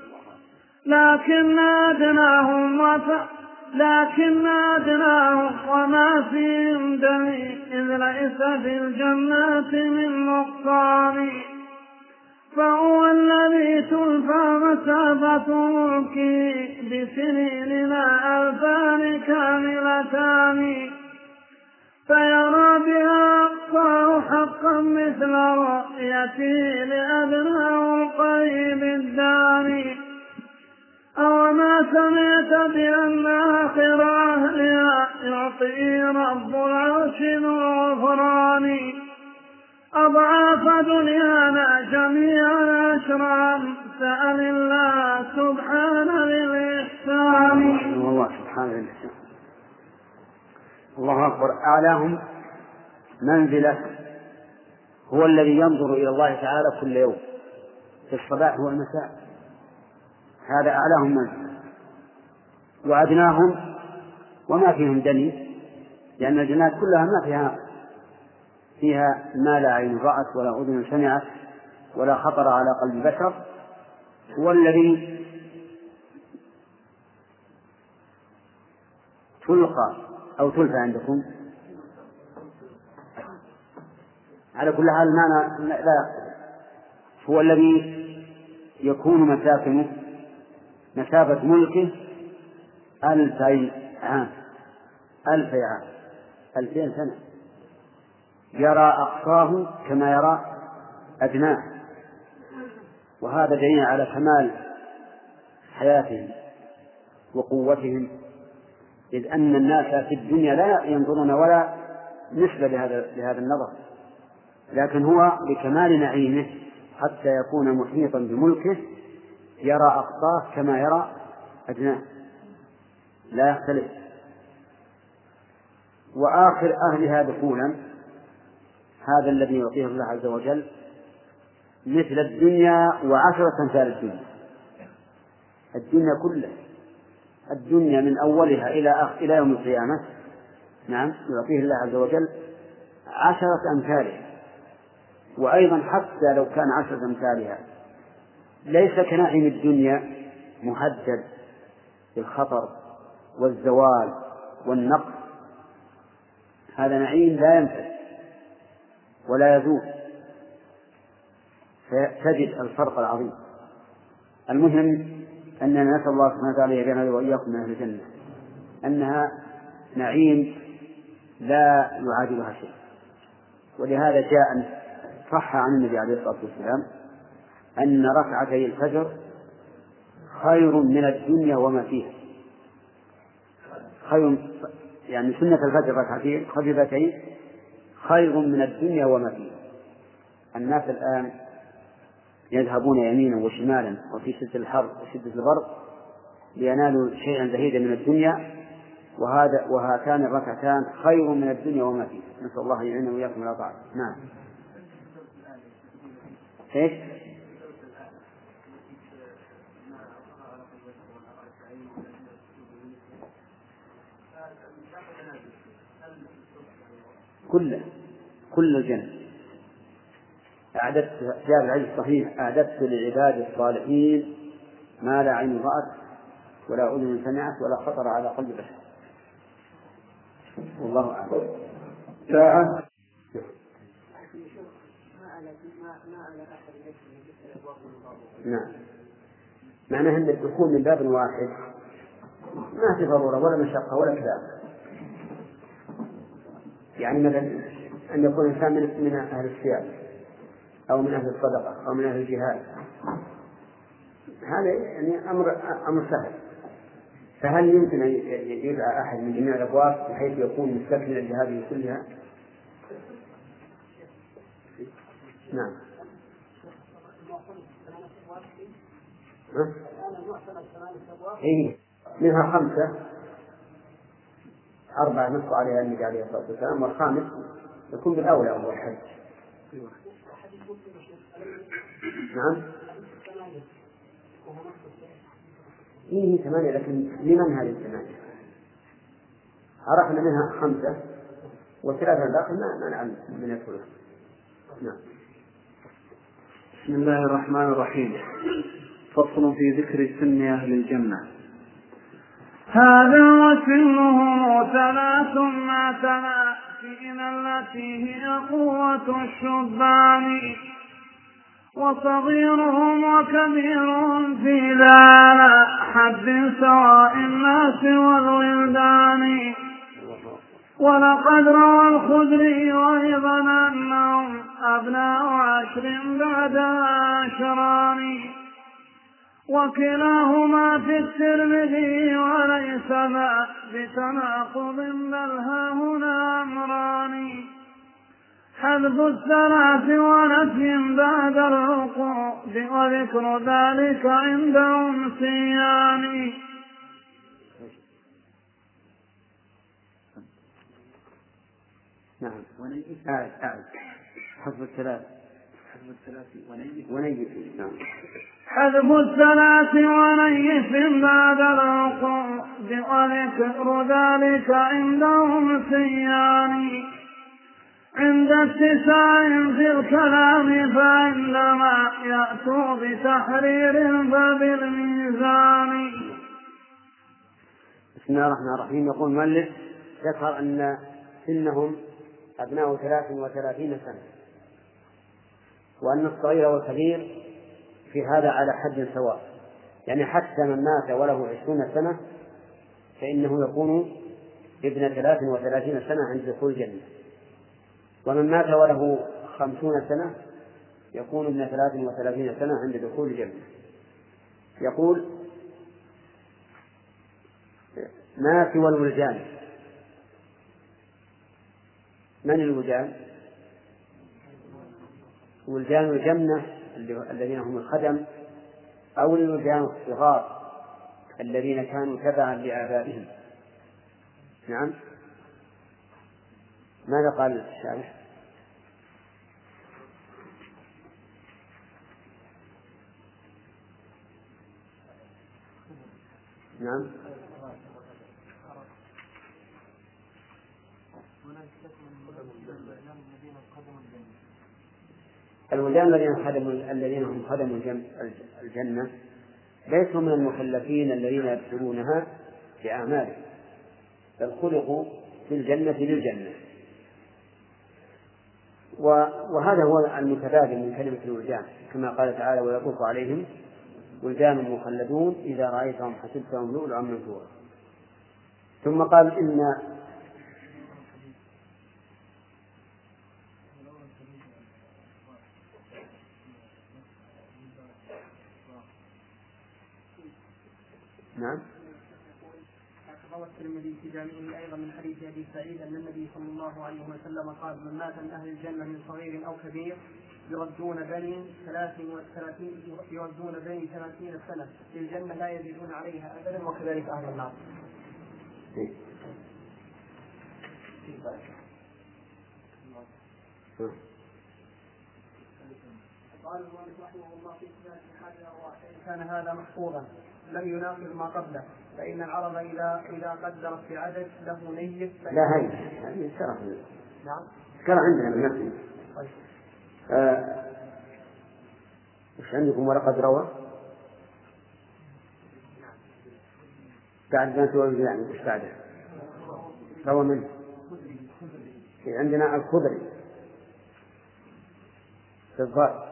لكن أدناهم وف... لكن أدناهم وما فيهم دمي، إذ ليس في الجنة من نقصان، فهو الذي تلفى مسافة ملكه بسنيننا ألفان كاملتان، فيرى بها أقصاه حقا مثل رؤيته لأدناه القريب الداني. أو ما سمعت بأن آخر أهلها يعطي رب العرش ذو الغفران، أضعاف دنيانا جميعا أشرا، سأل الله سبحانه للإحسان. الله سبحانه للإحسان. الله أكبر. أعلاهم منزلة هو الذي ينظر إلى الله تعالى كل يوم في الصباح والمساء، هذا أعلاهم منزلة. وأدناهم وما فيهم دني، لأن الجنات كلها ما فيها فيها ما لا عين رأت ولا أذن سمعت ولا خطر على قلب بشر، هو الذي تلقى أو تلفى عندكم. على كل حال المعنى لا يختلف. هو الذي يكون مساكنه مسافة ملكه ألفي عام ألفي عام ألفين سنة، يرى أقصاه كما يرى أدناه، وهذا دليل على كمال حياتهم وقوتهم، إذ أن الناس في الدنيا لا ينظرون ولا نسبة لهذا لهذا النظر، لكن هو بكمال نعيمه حتى يكون محيطا بملكه يرى أقصاه كما يرى أدناه، لا يختلف. وآخر أهلها دخولا هذا الذي يعطيه الله عز وجل مثل الدنيا وعشرة أمثال الدنيا. الدنيا كلها، الدنيا من أولها إلى إلى يوم القيامة، نعم، يعطيه الله عز وجل عشرة أمثالها. وأيضا حتى لو كان عشرة أمثالها ليس كنعيم الدنيا مهدد بالخطر والزوال والنقص، هذا نعيم لا ينفد ولا يزول، فتجد الفرق العظيم. المهم أننا نسأل الله سبحانه وتعالى يجعلنا وإياكم من أهل الجنة، أنها نعيم لا يعادلها شيء. ولهذا جاء صح عن النبي عليه الصلاة والسلام أن ركعتي الفجر خير من الدنيا وما فيها. خير يعني سنة الفجر ركعتين خفيفتين خير من الدنيا وما فيها. الناس الآن يذهبون يمينا وشمالا وفي شدة الحر وشدة البرد لينالوا شيئا زهيدا من الدنيا، وهذا وهاتان الركعتان خير من الدنيا وما فيها. نسأل الله يعيننا وإياكم على طاعته. نعم. إيش؟ كل كل الجنة أعددت في هذا الحديث الصحيح أعددت لعباد الصالحين ما لا عين رأت ولا أذن سمعت ولا خطر على قلب بشر. والله أعلم. ساعة. نعم، معناه أن الدخول من باب واحد ما في ضرورة ولا مشقة ولا كلام. يعني مثلا أن يكون إنسان من أهل الصيام أو من أهل الصدقة أو من أهل الجهاد، هذا يعني أمر أمر سهل. فهل يمكن أن يدعى أحد من جميع الأبواب بحيث يكون مستكملا لهذه كلها؟ نعم. إيه، منها خمسة، أربعة نص عليها النبي عليه الصلاة والسلام، والخامس يكون بالأولى أول حج. نعم. إيه ثمانية، لكن لمن هذه الثمانية؟ عرفنا منها خمسة والثلاثة الباقي ما نعلم من الثلث. نعم. بسم الله الرحمن الرحيم. فصل في ذكر سن أهل الجنة. هذا وسنه ثلاث ما تماثيل التي هي قوة الشبان وصغيرهم وكبيرهم في ذا حد سواء الناس والولدان. ولقد روى الخدري أيضا أنهم أبناء عشر بعد عشران وكلاهما في الترمذي وليس ذا بتناقض بل هاهنا أمران حذف الثلاث ونفي بعد العقود وذكر ذلك عندهم سيان. نعم. أعد أعد حذف الثلاث حذف الثلاث ونيف ونيف. نعم. حذف الثلاث ونيف بعد العقود وذكر ذلك عندهم سيان. عند اتساع في الكلام فعندما يأتوا بتحرير فبالميزان. بسم الله الرحمن الرحيم. يقول المؤلف ذكر أن سنهم أبناء ثلاث وثلاثين سنة وأن الصغير والكبير في هذا على حد سواء، يعني حتى من مات وله عشرون سنة فإنه يكون ابن ثلاث وثلاثين سنة عند دخول الجنة، ومن مات وله خمسون سنة يكون ابن ثلاث وثلاثين سنة عند دخول الجنة. يقول ما سوى الولدان. من الولدان؟ ولدان الجنة الذين هم الخدم، أو الولدان الصغار الذين كانوا تبعا لآبائهم. نعم. ماذا قال الشارح؟ نعم. الولدان الذين خدموا الذين هم خدموا الجنة ليسوا من المكلفين الذين يدخلونها بأعمالهم، بل خلقوا في الجنة للجنة. وهذا هو المتبادل من كلمة الولدان، كما قال تعالى ويطوف عليهم ولدان مخلدون إذا رأيتهم حسبتهم لؤلؤا منثورا. ثم قال إن نعم. روى الترمذي في جامعه أيضا من حديث أبي سعيد أن النبي صلى الله عليه وسلم قال من مات من أهل الجنة من صغير أو كبير يردون بني ثلاثين وثلاثين يردون بني ثلاثين سنة في الجنة لا يزيدون عليها أبدا وكذلك أهل النار. قال المؤلف رحمه الله في كتاب الحادي والأربعين كان هذا محفوظا لم يناقض ما قبله، فإن العرب إذا إذا قدرت في عدد له نيف. لا هي هذه شرح. نعم. شرح عندنا من نفسه. طيب. آه. وش عندكم ولقد روى؟ بعد ما تقول يعني وش بعده؟ روى منه. عندنا الخضري في الظاهر.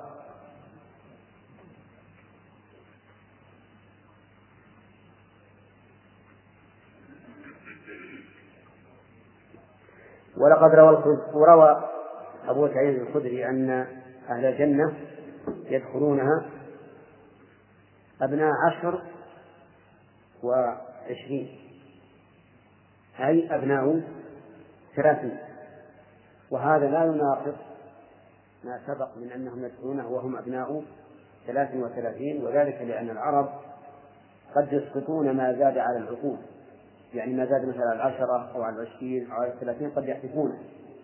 ولقد روى وروى أبو سعيد الخدري أن أهل الجنة يدخلونها أبناء عشر وعشرين، أي أبناء ثلاثين، وهذا لا يناقض ما سبق من أنهم يدخلونه وهم أبناء ثلاث وثلاثين، وذلك لأن العرب قد يسقطون ما زاد على العقول، يعني ما زاد مثلا على العشرة أو على العشرين أو على الثلاثين قد يحذفونه،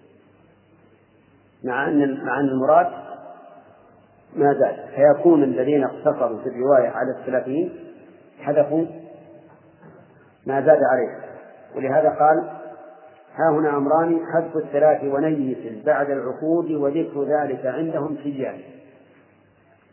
مع أن مع أن المراد ما زاد، فيكون الذين اقتصروا في الرواية على الثلاثين حذفوا ما زاد عليه. ولهذا قال ها هنا أمران حذف الثلاث ونيف بعد العقود وذكر ذلك عندهم سيان.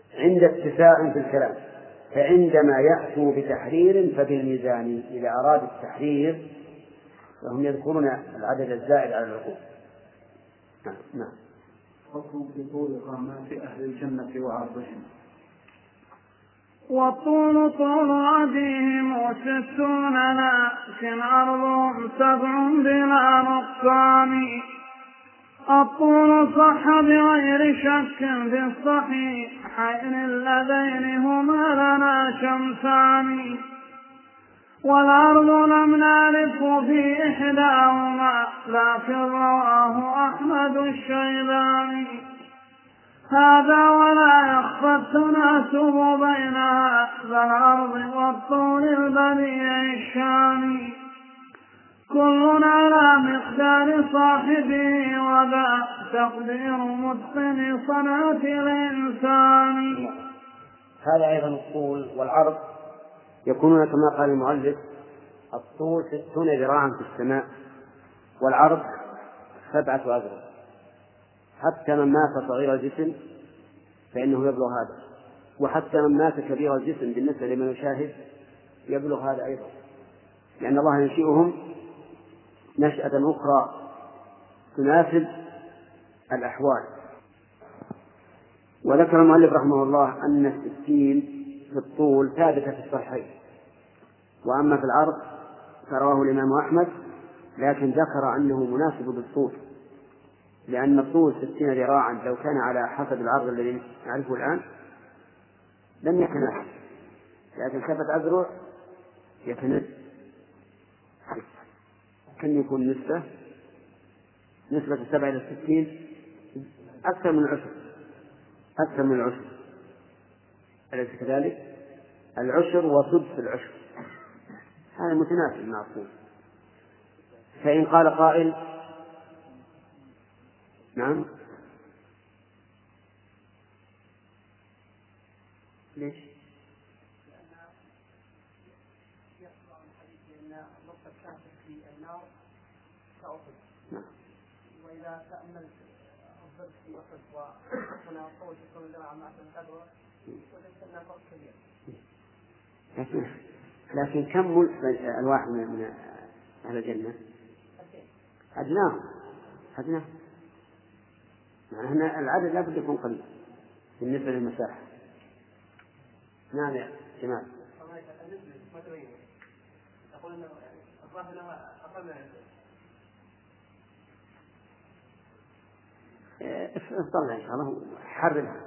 عند اتساع في الكلام، فعندما يأتوا بتحرير فبالميزان إذا أراد التحرير فهم يذكرون العدد الزائد على العقول. نعم نعم. حكم في طول قامات أهل الجنة وعرضهم. والطول طول عديهم ستون لكن عرضهم سبع بلا نقصان. الطول صح بغير شك في الصحيحين اللذين هما لنا شمسان. والعرض لم نعرف في إحداهما لكن رواه أحمد الشيباني. هذا ولا يخفى التناسب بين هذا العرض والطول البديع الشامي. كل على مقدار صاحبه وذا تقدير متقن صنعة الإنسان. هذا أيضا الطول والعرض يكونون كما قال المؤلف: الطول ستون ذراعا في السماء والعرض سبعة أذرع. حتى من مات صغير الجسم فإنه يبلغ هذا، وحتى من مات كبير الجسم بالنسبة لمن يشاهد يبلغ هذا أيضا، لأن الله ينشئهم نشأة أخرى تناسب الأحوال. وذكر المؤلف رحمه الله أن الستين في الطول ثابتة في الصحيحين، وأما في العرض فرواه الإمام أحمد، لكن ذكر أنه مناسب بالطول، لأن الطول ستين ذراعا لو كان على حسب العرض الذي نعرفه الآن لم يتناسب، لكن سبعة أذرع يتناسب. كم يكون نسبة نسبة السبعة إلى الستين أكثر من العشر أكثر من العشر أليس كذلك؟ العشر وسدس العشر، هذا متناسب مع الطول. فإن قال قائل: نعم ليش؟ نعم. وإذا تأملت الضرب في أحد وهنا طول ستون ذراعا مع سبعة أذرع وجدت أن فرق كبير. لكن لكن كم الواحد من أهل الجنة؟ أدناهم أدناهم هنا العدد لا بد يكون قليل بالنسبة للمساحة. نعم يا جمال. أقول أنه الظاهر أقل. اطلع إن شاء الله حررها.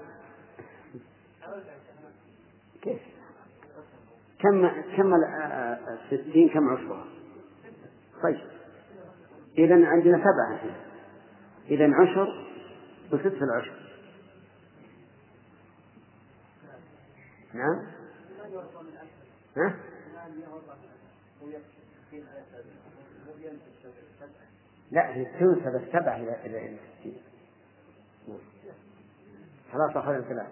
كيف؟ كم كم الستين كم عشرها؟ طيب إذن عندنا سبعة هنا، إذن عشر وست في العشر. نعم. ها؟ لا هي تنسب السبعة إلى إلى الستين. خلاص أخذ الكلام.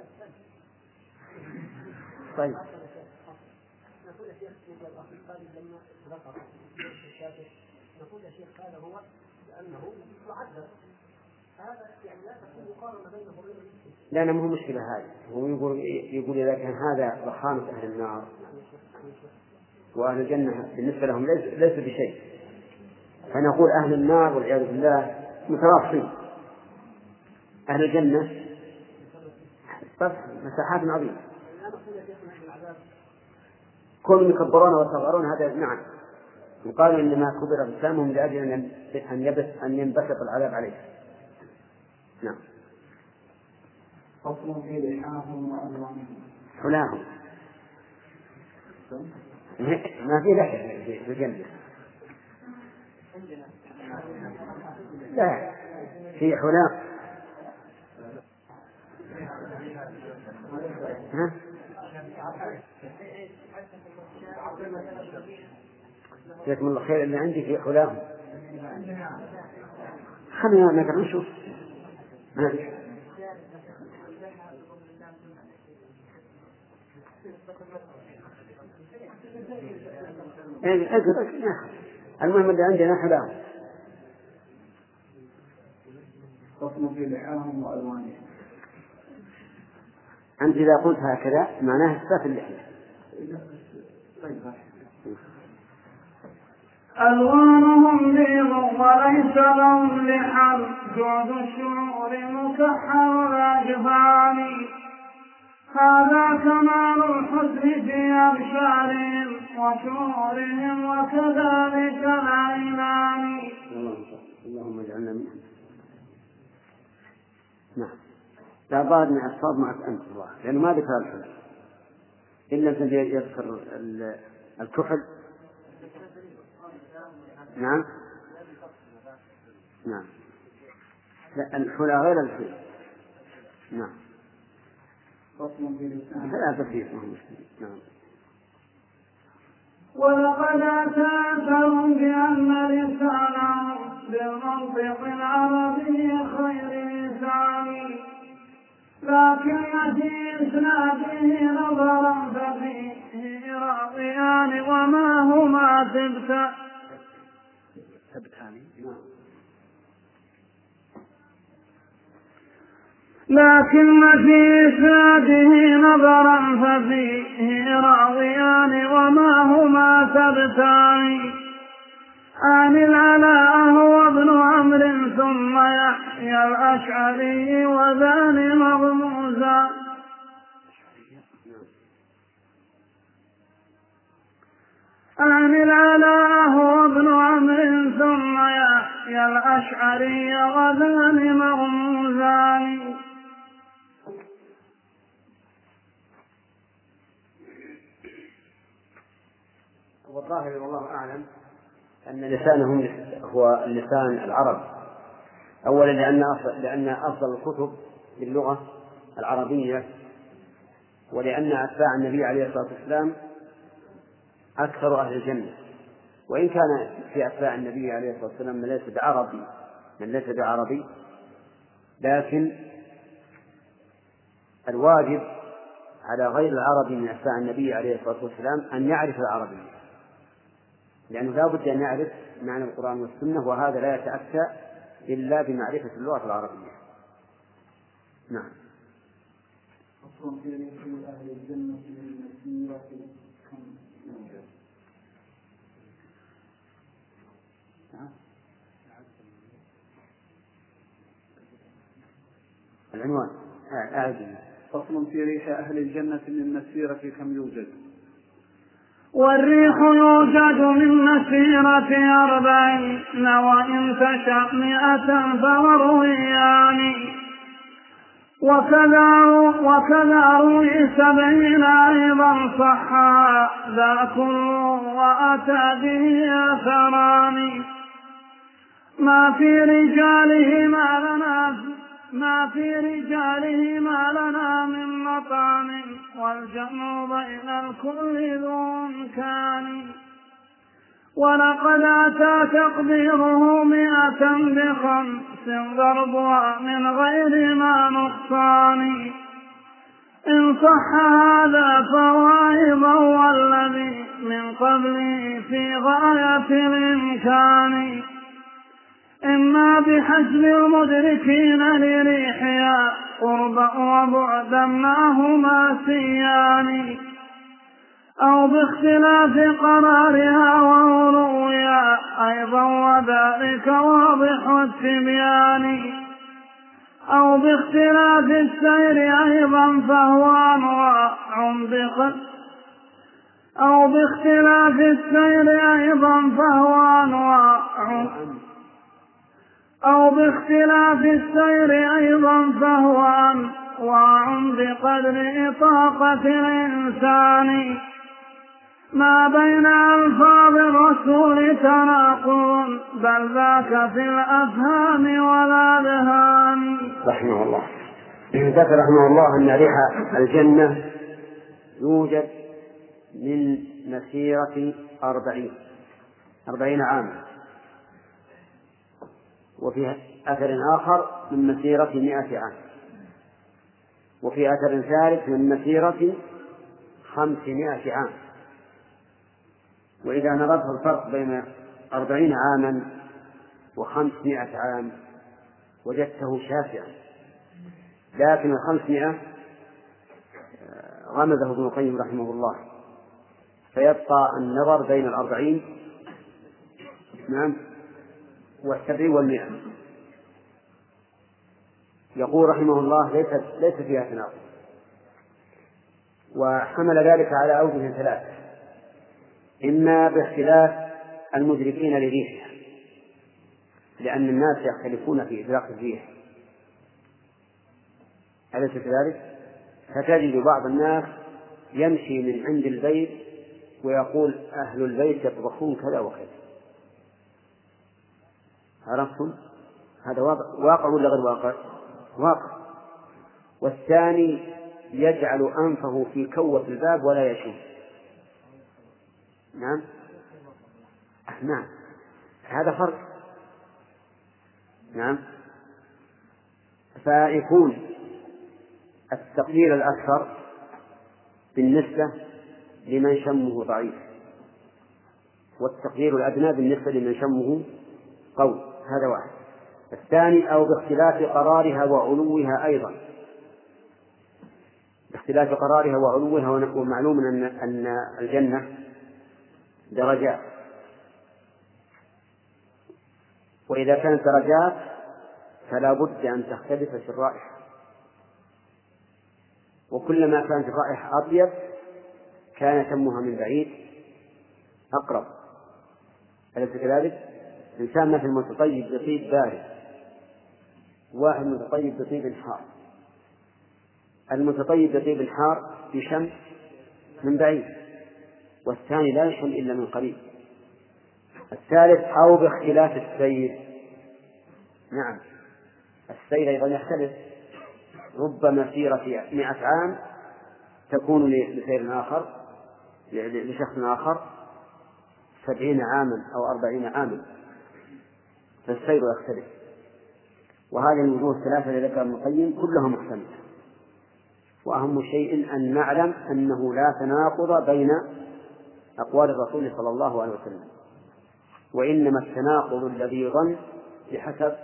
طيب. نقول يا شيخ لما ذكر الشافعي نقول يا شيخ هذا هو لأنه معذب، هذا يعني لا تكون مقارنة بينه وبين المسلم. لا ما هو مشكلة هذه، هو يقول يقول إذا كان هذا ضخامة أهل النار وأهل الجنة بالنسبة لهم ليس ليس بشيء، فنقول أهل النار والعياذ بالله متراصين، أهل الجنة بس مساحات عظيمة. كل يكبرون ويصغرون هذا نعم، وقالوا إنما كبر أجسامهم لأجل أن يبث أن ينبسط العذاب عليه. نعم. فصل في لحاهم وألوانهم. حلاهم ما في لحية في الجنة، لا في حلام. ها؟ جزاكم الله خير. اللي عندي في حلام خلينا نقرأ نشوف. يعني أقرأ المهم اللي عندنا حلام. فصل في لحاهم وألوانهم. أنت إذا قلت هكذا معناه إثبات اللحية. ألوانهم بيض وليس لهم لحم، جعد الشعور مكحل الأجفان، هذا كمال الحسن في أبشارهم وشعورهم وكذلك العينان. اللهم اجعلنا منهم. نعم. لا بعد من أصحاب معك أنت الله، لأنه ما ذكر الحلم إلا الذي يذكر الكحل. نعم نعم. لا الحلى غير الحلى. نعم. لا تفيد. نعم. ولقد أتاكم بأن لسانهم بالمنطق العربي خير لسان، لكن في إسناده نظرا ففيه راضيان وما هما ثبتا. لكن في إسناده نظرا ففيه راضيان وما هما ثبتان، عن العلاء هو ابن عمرو ثم يحيى الأشعري وذان مغموزا. عن العلاء هو ابن عمرو ثم يحيى الأشعري وذان مغموزان. والظاهر والله أعلم أن لسانهم هو اللسان العربي، أولا لأن أفضل, لأن أفضل الكتب باللغة العربية، ولأن أتباع النبي عليه الصلاة والسلام أكثر أهل الجنة، وإن كان في أتباع النبي عليه الصلاة والسلام من ليس بعربي من ليس بعربي لكن الواجب على غير العربي من أتباع النبي عليه الصلاة والسلام أن يعرف العربية، لأنه لا بد أن يعرف معنى القرآن والسنة، وهذا لا يتأتى إلا بمعرفة اللغة العربية. نعم. أهل الجنة المسيرة العنوان أعد. فصل في ريح أهل الجنة من مسيرة كم يوجد. والريح يوجد من مسيرة أربعين وإن تشأ مئة فمرويان، وكذا وكذا روي سبعين أيضا صحا ذا كله وأتى به أثران، ما في رجاله ما لنا ما في رجاله ما لنا من مطعم، والجمع بين الكل ذو إمكان، ولقد أتى تقديره مئة بخمس ضربها من غير ما نقصان، إن صح هذا فهو أيضا والذي من قبله في غاية الإمكان، إما بحسب المدركين لريحها قربا وبعدا ما هما سيان، أو باختلاف قرارها وعلوها أيضا وذلك واضح التبيان، أو باختلاف السير أيضا فهو أنواع بقدر أو باختلاف السير أيضا فهو أنواع أو باختلاف السير أيضا فهو أنواع بقدر طاقة الإنسان، ما بين ألفاظ الرسول تناقض بل ذاك في الأفهام والأذهان. رحمه الله. ذكر رحمه الله أن ريح الجنة يوجد من مسيرة أربعين أربعين عاما، وفي أثر آخر من مسيرة مئة عام، وفي أثر ثالث من مسيرة خمسمائة عام. وإذا نظرت الفرق بين أربعين عاما وخمسمائة عام وجدته شاسعا، لكن الخمسمائة غمزه ابن القيم رحمه الله، فيبقى النظر بين الأربعين نعم والسبعين والمئة. يقول رحمه الله ليس ليس فيها تناقض، وحمل ذلك على أوجه ثلاث: إما باختلاف المدركين لريحها، لأن الناس يختلفون في إدراك الريح، أليس كذلك؟ فتجد بعض الناس يمشي من عند البيت ويقول أهل البيت يطبخون كذا وكذا. عرفتم؟ هذا واقع ولا غير واقع؟ واقع. والثاني يجعل أنفه في كوة الباب ولا يشوف. نعم نعم هذا فرق. نعم. فيكون التقدير الأكثر بالنسبة لمن شمه ضعيف، والتقدير الأدنى بالنسبة لمن شمه قوي. هذا واحد. الثاني أو باختلاف قرارها وعلوها أيضا، باختلاف قرارها وعلوها. ومعلوم أن أن الجنة درجات، وإذا كانت درجات فلا بد أن تختلف في الرائحة، وكلما كانت الرائحة أطيب كان شمها من بعيد أقرب. أليس كذلك؟ إنسان مثل متطيب بطيب بارد، واحد متطيب بطيب حار. المتطيب بطيب الحار يشم من بعيد، والثاني لا يشم إلا من قريب. الثالث أو باختلاف السير. نعم السير أيضا يختلف، رب مسيرة مئة عام تكون لسير آخر لشخص آخر سبعين عاما أو أربعين عاما، فالسير يختلف. وهذه الوجوه الثلاثة التي ذكر ابن القيم كلها محتملة، وأهم شيء أن نعلم أنه لا تناقض بين أقوال الرسول صلى الله عليه وسلم، وإنما التناقض الذي يظن بحسب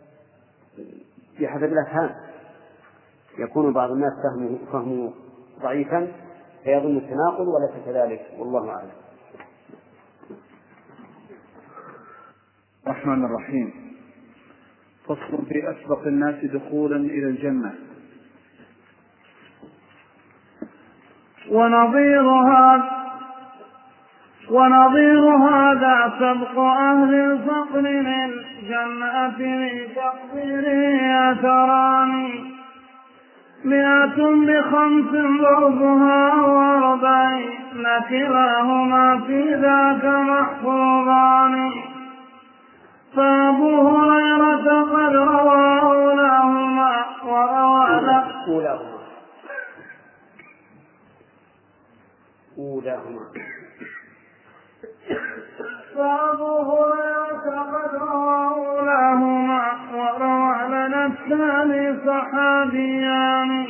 بحسب الأفهام. يكون بعض الناس فهمه, فهمه ضعيفا فيظن التناقض وليس كذلك، والله أعلم. الرحمن الرحيم. فصل في أسبق الناس دخولا إلى الجنة. ونظير هذا ونظير هذا سبق أهل الفقر للجنة بتقديره أثران مئة بخمس ضربها وأربعين كلاهما في ذاك محفوظان. فأبو هريرة قد رواه لهما وروى أولاهما فأبو هريرة قد رواه لهما وروى لنا الثاني صحابيان.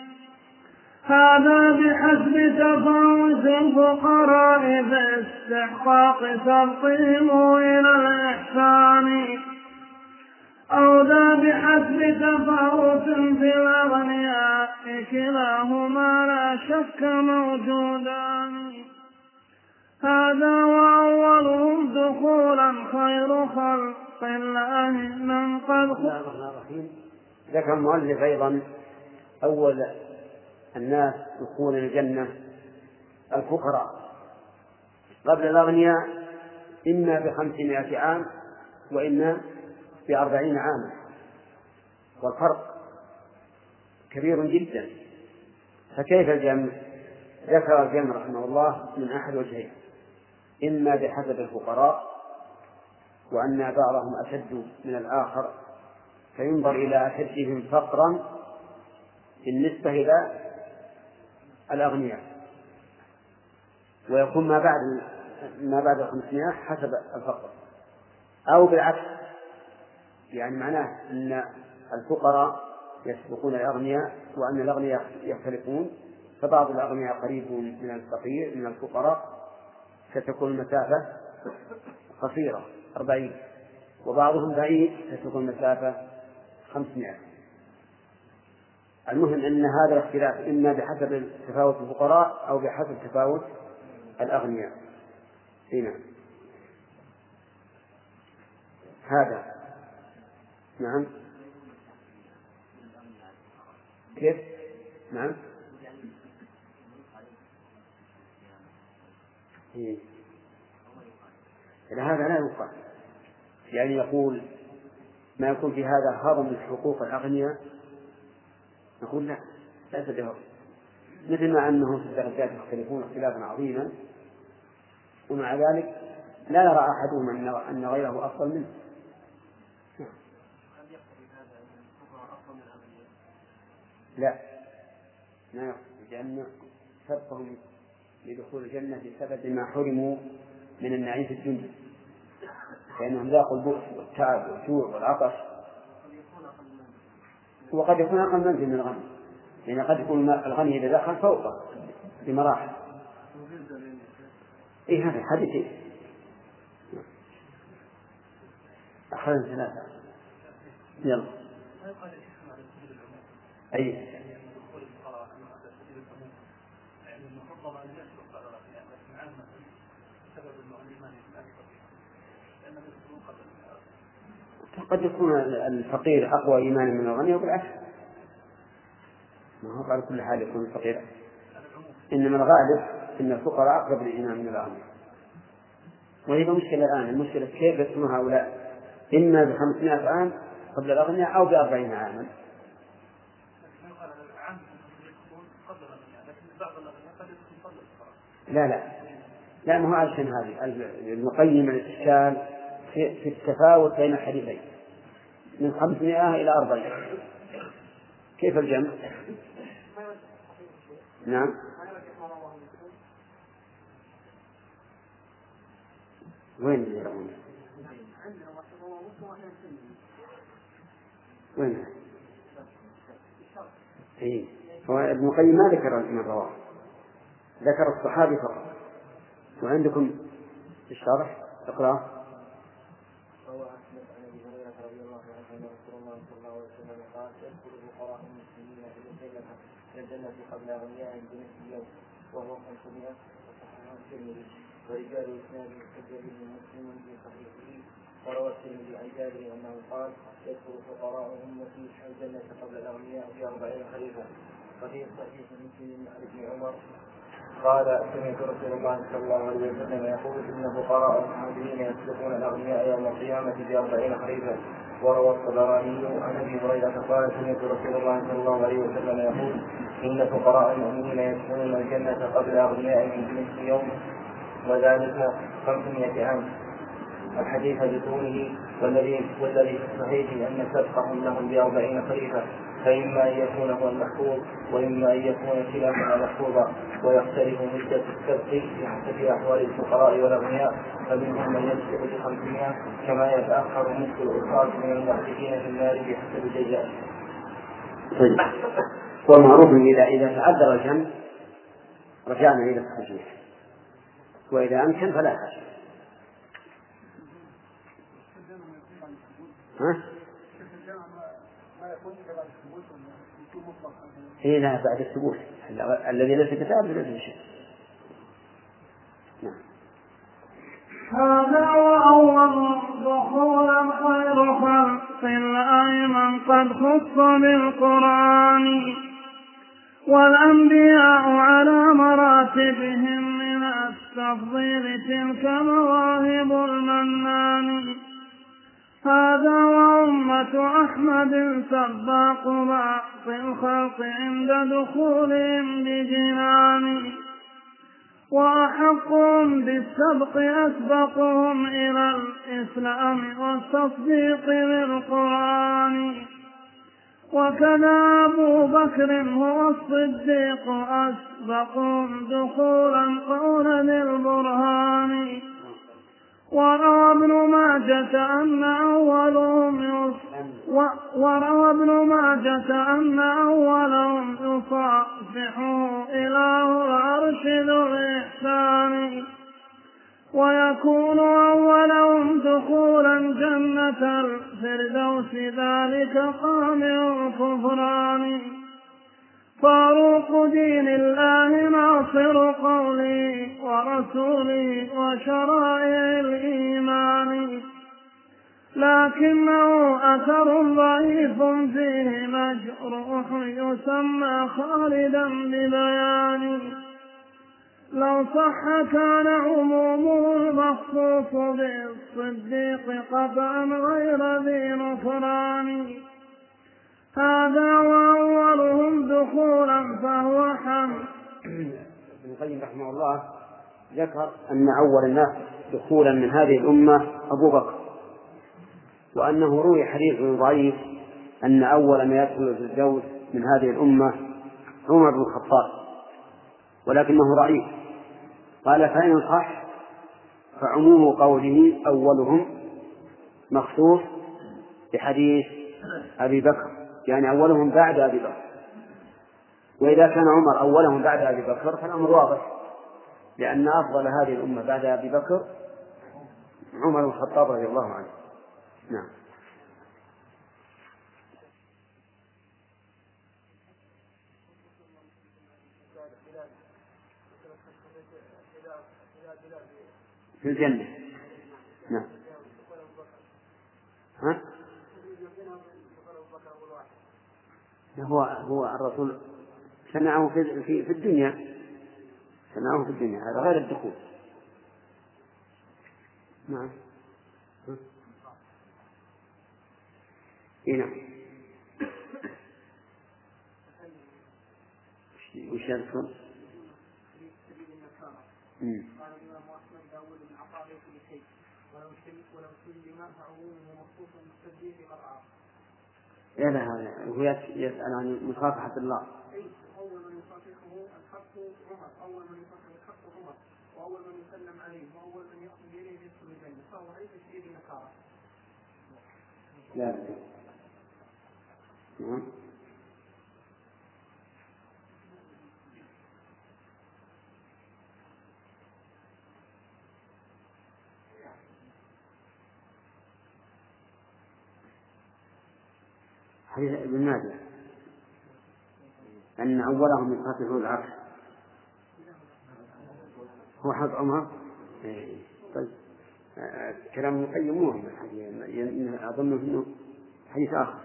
هذا بحسب تفاوت الفقراء باستحقاق سبقهم إلى الإحسان، أو ذا بحسب تفاوت في الأغنياء كلاهما لا شك موجودان. هذا وأولهم دخولا خير خلق الله من قد ذكر المؤلف أيضا أول الناس دخول الجنة الفقراء قبل الأغنياء، إما بخمسمائة عام وإما بأربعين عاما، والفرق كبير جدا. فكيف الجمع؟ ذكر الجمع رحمه الله من أحد وجهين: إما بحسب الفقراء وأن بعضهم أشد من الآخر فينظر إلى أشدهم فقرا بالنسبة إلى الأغنياء، ويكون ما بعد ما بعد الخمسمائة حسب الفقر، أو بالعكس، يعني معناه أن الفقراء يسبقون الأغنياء وأن الأغنياء يختلفون، فبعض الأغنياء قريب من الفقير من الفقراء ستكون المسافة قصيرة أربعين، وبعضهم بعيد ستكون المسافة خمسمائة. المهم أن هذا الاختلاف إما بحسب تفاوت الفقراء أو بحسب تفاوت الأغنياء. هنا هذا نعم كيف نعم إيه. هذا لا يقال، يعني يقول ما يكون في هذا هضم لحقوق الأغنياء، نقول لا لا تدهر، مثل ما أنهم في الدرجات يختلفون اختلافا عظيما ومع ذلك لا يرى أحدهم أن غيره أفضل منه. لا لا يقصد، لأن سبقهم لدخول الجنة بسبب ما حرموا من النعيم في الدنيا، فإنهم ذاقوا البؤس والتعب والجوع والعطش، وقد يكون أقل منزل من الغني، لأن قد يكون الغني إذا دخل فوقه بمراحل. إيه هذا حديث أخذنا ثلاثة. يلا أي قد يكون الفقير أقوى إيمانا من الغني وبالعكس، ما هو على كل حال يكون الفقير، إنما الغالب إن الفقراء أقرب للإيمان من الغني. وهي مشكلة الآن، المشكلة كيف يكون هؤلاء إما بخمسمائة عام قبل الأغنياء أو بأربعين عاما. لا لا لا ما هو عشان هذه المقيم الإشكال في التفاوت بين الحديثين من خمسمائة إلى أربعين، كيف الجمع؟ نعم وين يرون؟ وين؟ إيه هو ابن القيم ما ذكر من رواه، ذكر الصحابي فقط. وعندكم الشرح اقرأ. روى أحمد عن أبي هريرة رضي الله عنه أن رسول الله صلى الله عليه وسلم قال: يدخل الفقراء المسلمين إلى الجنة قبل أغنيائهم بنصف يوم، وهو خمسمائة، وصححه الترمذي. ورجال إسناده حجة بن مسلم في صحيحه. وروى الترمذي عن جابر أنه قال: يدخل فقراء أمتي الجنة قبل الأغنياء بأربعين خليفة. وفي صحيح مسلم عن ابن عمر قال: سمعت رسول الله صلى الله عليه وسلم يقول: إن فقراء المهاجرين يسبقون الأغنياء يوم القيامة بأربعين خليفة. وروى الطبراني عن أبي هريرة قال: سمعت رسول الله صلى الله عليه وسلم يقول: إن فقراء المؤمنين يدخلون الجنة قبل أغنيائهم بنصف يوم، وذلك خمسمائة عام. الحديث بطوله، والذي والذي في الصحيح أن سبقهم لهم بأربعين خليفة، فإما أن يكون هو المحفوظ وإما أن يكون كلاهما محفوظا، ويختلف مدة السبق بحسب أحوال الفقراء والأغنياء، فمنهم من يسبق بخمسمائة كما يتأخر مثل الأخراج من المعتدين في النار بحسب جزائه. طيب، والمعروف إذا إذا تعذر الجمع رجعنا إلى الترجيح، وإذا أمكن فلا حاجة. ها؟ إيه لا بعد الثبوت الذي ليس كتاب ليس شيء. نعم. هذا وأول دخولا خير خلق الأيمن قد خص بالقرآن، والأنبياء على مراتبهم من التفضيل تلك مواهب المنان. هذا وأمة أحمد سباق باقي الخلق عند دخولهم بجنان، وأحقهم بالسبق أسبقهم إلى الإسلام والتصديق بالقرآن. وكذا أبو بكر هو الصديق أسبقهم دخولا قولا البرهان. وروى ابن ماجة أن أولهم وروى ابن ماجة أن أولهم يصافحه إله العرش ذو الإحسان، ويكون أولهم دخولا جنة الفردوس ذلك قامع الكفران. فاروق دين الله ناصر قولي ورسولي وشرائع الإيمان، لكنه أثر ضعيف فيه مجروح يسمى خالدا ببيان. لو صح كان عمومه المخصوص بالصديق قطعا غير ذي نكران. هذا وأولهم دخولا فهو حمد. ابن القيم رحمه الله ذكر أن أول الناس دخولا من هذه الأمة أبو بكر، وأنه روي حديث ضعيف أن أول ما يدخل في الزوج من هذه الأمة عمر بن الخطاب، ولكنه ضعيف. قال فإن صح فعموم قوله أولهم مخصوص بحديث أبي بكر، يعني أولهم بعد أبي بكر. وإذا كان عمر أولهم بعد أبي بكر فالأمر واضح، لأن أفضل هذه الأمة بعد أبي بكر عمر بن الخطاب رضي الله عنه. نعم. في الجنة. نعم. ها؟ هو هو الرسول سمعه في في في الدنيا، سمعه في الدنيا، هذا غير الدخول. نعم. نعم. وش يذكر؟ قال الإمام أحمد داود بن عطاء في شيء ولو ولو سلم فعمومه مخصوص بالتصديق مرعى. يا لها هو يسأل عن مصافحة الله. أول من يصافحه الحق عمر، أول من يصافحه الحق عمر، وأول من يسلم عليه، وأول من يأخذ إليه يدخل الجنة، فهو ليس شيء بنكارة. لا. نعم. حديث ابن ماجه أن أولهم يصافحه العرش هو حق عمر. طيب كلام ابن القيم مهم، أظن أنه حديث آخر.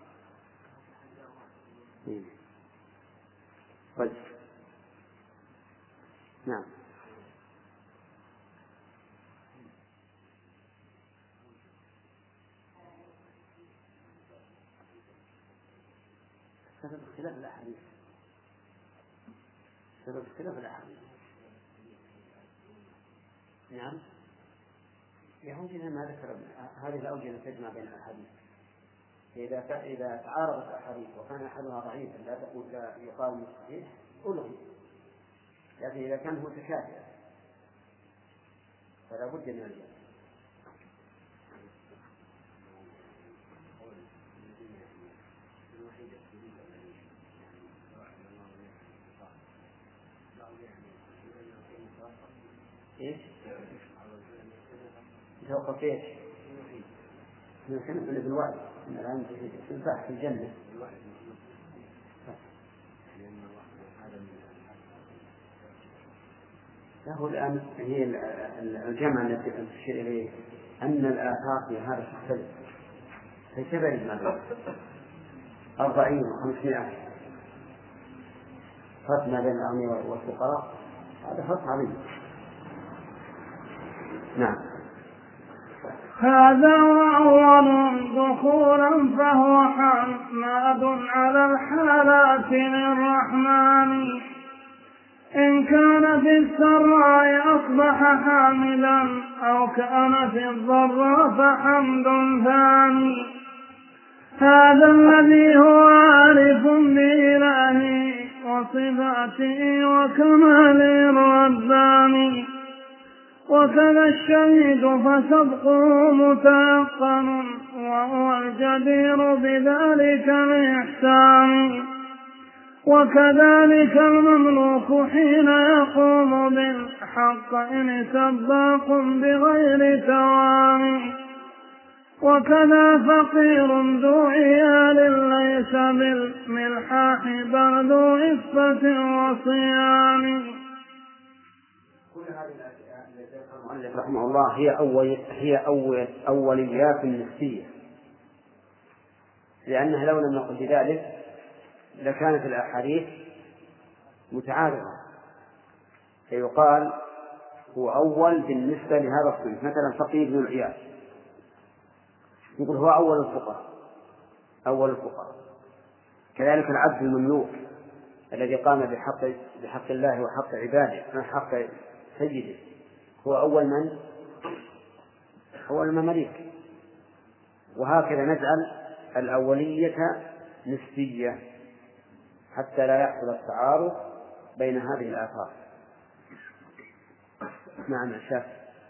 طيب. نعم. سبب اختلاف الأحاديث، سبب اختلاف الأحاديث. نعم. يهودنا ما ذكر هذه الأوجه تجمع بين الأحاديث. إذا إذا تعارضت الأحاديث وكان أحدها ضعيفا لا تقول لا يقال مستحيل ألغي، لكن إذا كان هو تشابه فلا بد من الجمع. إيش؟ توقف إيش؟ نحن بالوعد إن الآن في البحث في الجنة. له الآن هي الجمع التي تشير إليه أن الآثار في هذا تختلف، فشبه ما بين أربعين وخمسمائة فرق ما بين الأغنياء والفقراء، هذا فرق عظيم. نعم. هذا وأول دخولا فهو حماد على الحالات للرحمن، إن كان في السراء أصبح حامدا أو كان في الضراء فحمد ثاني. هذا الذي هو عارف بإلهه وصفاته وكماله الرباني، وكذا الشهيد فسبقه متيقن وهو الجدير بذلك الإحسان. وكذلك المملوك حين يقوم بالحق إن سباق بغير توان. وكذا فقير ذو عيال ليس بالملحاح بل ذو عفة وصيام. كل هذه الأشياء التي ذكرها المؤلف رحمه الله هي أول هي أول أوليات نفسية، لأنها لو لم نقل بذلك لكانت الأحاديث متعارضة، فيقال هو أول بالنسبة لهذا الصنف، مثلا فقير ذو العيال يقول هو أول الفقراء أول الفقراء. كذلك العبد المملوك الذي قام بحق بحق الله وحق عباده وحق سيده هو أول من أول المماليك. وهكذا نجعل الأولية نسبية حتى لا يحصل التعارض بين هذه الآثار. نعم شاف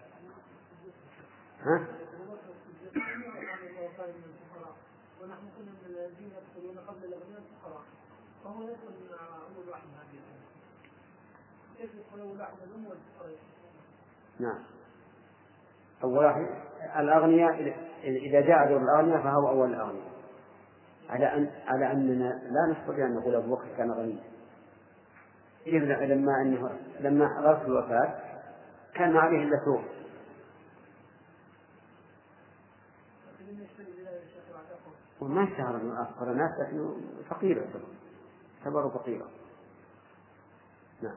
ها ونحن كنا من الذين يدخلون قبل الأغنياء الفقراء، فهو يدخل أول واحد من هذه الأمة. كيف يدخل أول واحد من الأمة والفقراء؟ نعم أول واحد الأغنياء، إذا جاء دور الأغنياء فهو أول الأغنياء، على أن على أننا لا نستطيع أن نقول أبو بكر كان غنيا، إذ لما أنه لما حضرت الوفاة كان عليه إلا ثوب. وما اشتهر من أفقر الناس لكنه فقير اعتبره فقيرا. نعم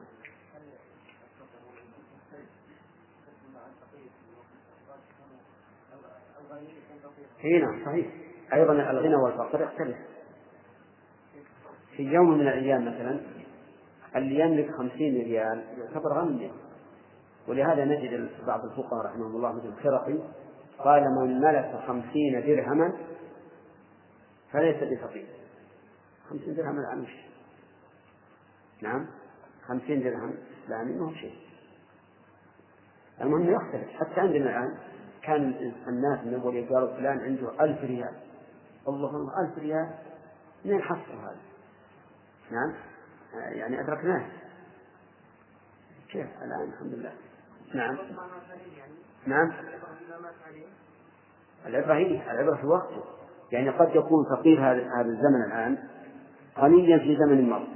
هنا صحيح. أيضا الغنى والفقر يختلف. في يوم من الأيام مثلا اللي يملك خمسين ريال يعتبر غنيا، ولهذا نجد بعض الفقهاء رحمه الله مثل الخرقي قال من ملك خمسين درهما فليس بفقير. خمسين درهم الآن مش نعم خمسين درهم إسلامي ما هو شيء. المهم يختلف. حتى عندنا الآن كان الناس من أول يقالوا فلان عنده ألف ريال، اللهم ألف ريال من حصل هذا؟ نعم يعني أدركناه كيف الآن الحمد لله. نعم نعم العبرة هي العبرة في وقته، يعني قد يكون فقير هذا هذا الزمن الآن غنيا في زمن الماضي.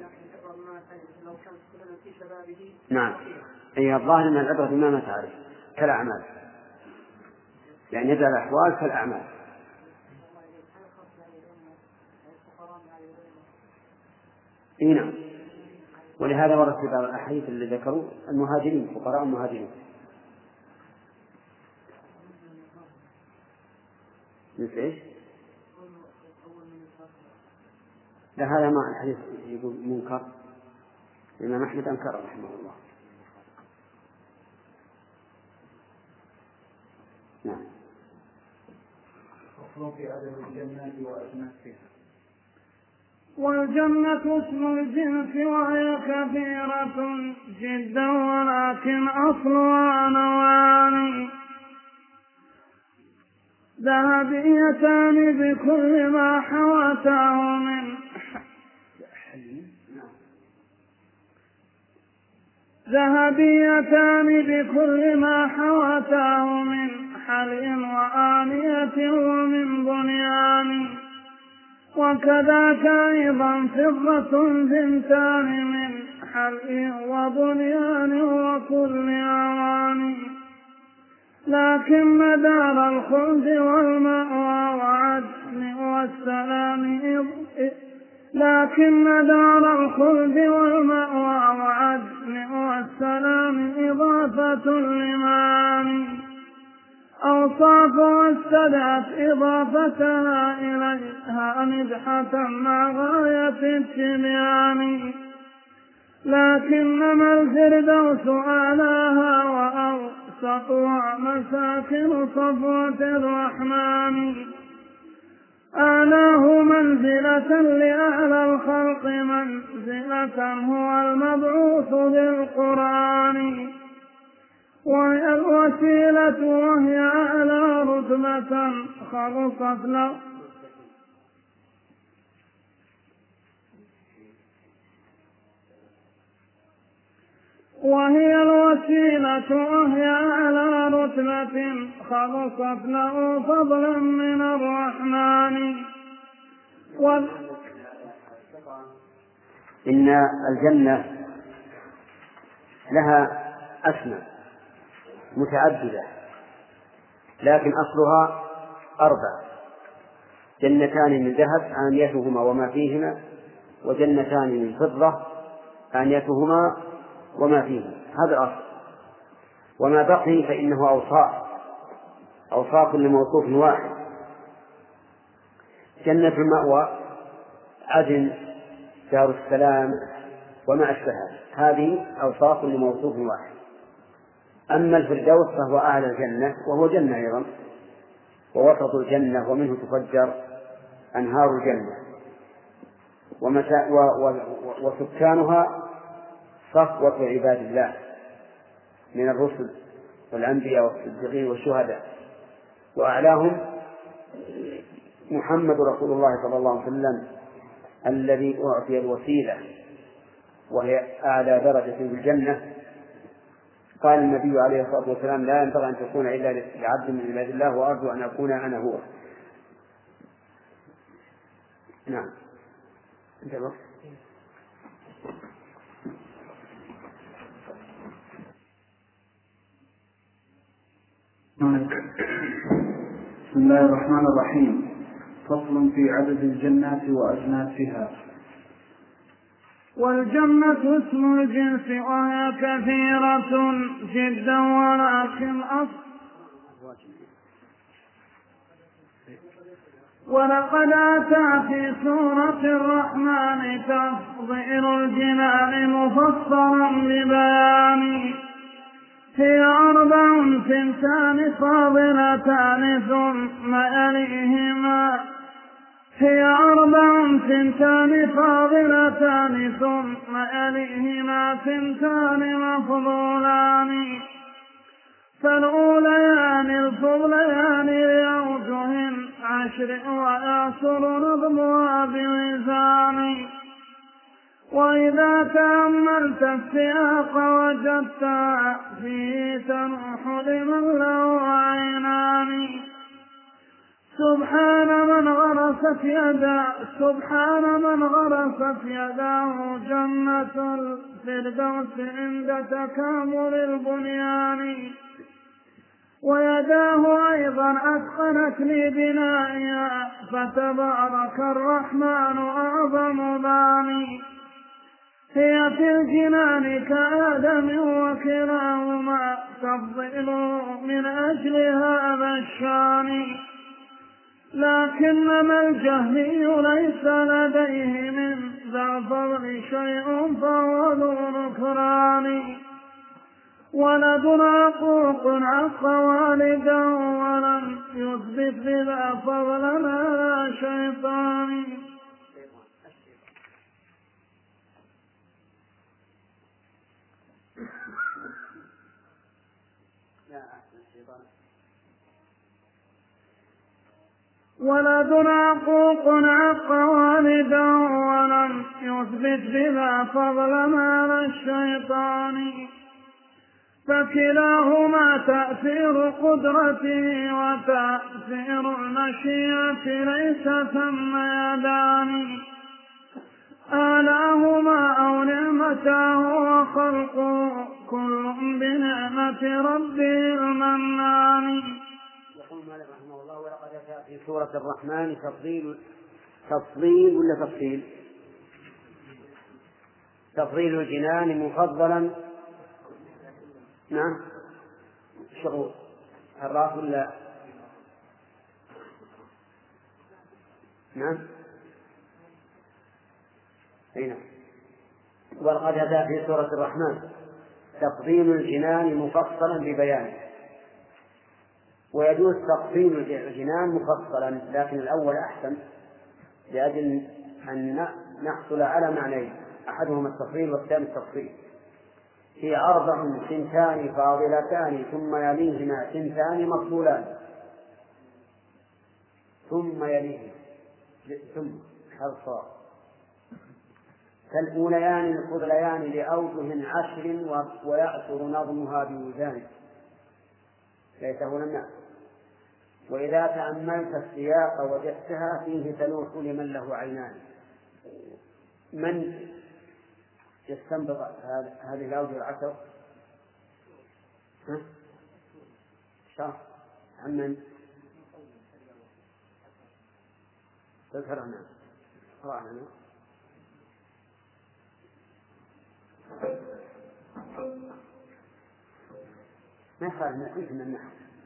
نعم أي الظاهر أن العبرة بما ما تعرف كالأعمال، يعني يجعل الأحوال كالأعمال. إيه نعم. ولهذا ورد في بعض الأحاديث اللي ذكروا المهاجرين فقراء المهاجرين. مثل إيش؟ لا هذا ما الحديث يقول منكر، الإمام أحمد أنكر رحمه الله. نعم. فصل في عدد الجنات وأجناسها. والجنة اسم الجنس وهي كثيرة جدا ولكن أصلها نوعان ذهبيتان بكل ما حوته من ذهبيتان بكل ما حوته من حلي وآنية ومن بنيان، وكذاك أيضا فضة ثنتان من حلي وبنيان وكل أواني، لكن دار الخلد والمأوى وعدن والسلام لكن دار الخلد والمأوى وعدن والسلام إضافة لمعاني أوصافها استدعت إضافتها إليها مدحة مع غاية التبيان، لكنما الفردوس أعلاها وأوسطها مساكن صفوة الرحمن، أعلاه منزلة لأعلى الخلق منزلة هو المبعوث بالقرآن، وهي الوسيلة وهي أعلى رتبة خلصت له وهي الوسيلة وهي أعلى رتبة خلصت له فضلا من الرحمن. وال... إن الجنة لها أسماء متعددة، لكن أصلها أربع: جنتان من ذهب آنيتهما وما فيهما، وجنتان من فضة آنيتهما وما فيهما. هذا الأصل. وما بقي فإنه أوصاف أوصاف لموصوف واحد. جنة المأوى عدن، دار السلام، وما أشبهها، هذه أوصاف لموصوف واحد. أما الفردوس فهو أعلى الجنة، وهو جنة أيضا، ووسط الجنة، ومنه تفجر أنهار الجنة، ومشا... و... و... وسكانها صفوة عباد الله من الرسل والأنبياء والصديقين والشهداء، وأعلاهم محمد رسول الله صلى الله عليه وسلم الذي أعطي الوسيلة وهي أعلى درجة في الجنة. قال النبي عليه الصلاة والسلام: لا ينبغي أن تكون إلا لعبد من عباد الله، وأرجو أن أكون أنا هو. نعم. انتبه. بسم الله الرحمن الرحيم. فصل في عدد الجنات وأجناسها. والجنة اسم الجنس وهي كثيرة جدا، ولكن أصل ولقد أتى في سورة الرحمن تفضيل الجنان مفصلا ببيان. هي أربع ثنتان فاضلتان ثم يليهما هي أربع ثنتان فاضلتان ثم يليهما ثنتان مفضولان. فالأوليان الفضليان لأوجه عشر ويعصر نظمها بوزان. وإذا تأملت السياق وجدتها فيه تنوح لمن له عينان. سبحان من غرست يدا سبحان من غرست يداه جنة الفردوس عند تكامل البنيان. ويداه أيضا أتقنت لبنائها، فتبارك الرحمن أعظم باني. هي في الجنان كآدم وكلاهما تفضيل من أجل هذا الشان. لكنما الجهمي ليس لديه من ذا الفضل شيء فهو ذو نكران. ولد عقوق عق والدا ولم يثبت بذا فضلا على شيطان. ولد عقوق عق والدا ولم يثبت بذا فضلا على الشيطان. فكلاهما تأثير قدرته وتأثير المشيئة، ليس ثم يدان. آلاهما أو نعمته وخلقه كل بنعمة ربه المنان. يقول مالك رحمه الله: ولقد أتى في سورة الرحمن تفضيل تفضيل ولا تفصيل؟ تفضيل الجنان مفضلا. نعم. شغول الراس ولا؟ نعم. هنا ولقد أتى في سورة الرحمن تفضيل الجنان مفصلا ببيانه. ويجوز تفصيل الجنان مفصلا، لكن الأول أحسن لأجل أن نحصل على معنيين: أحدهما التفصيل والثاني التفصيل. هي أربع ثنتان فاضلتان ثم يليهما ثنتان مفضولان. ثم يليهما ثم حرف. فالأوليان الفضليان لأوجه عشر ويأثر نظمها بوزان. ليس هنا وإذا تأملت السياق وجدتها فيه تلوح لمن له عينان. من يستنبط هذه الأوجه العشر؟ شرح عن من؟ تذكرنا قرأنا ما يخالف نحن من النحو.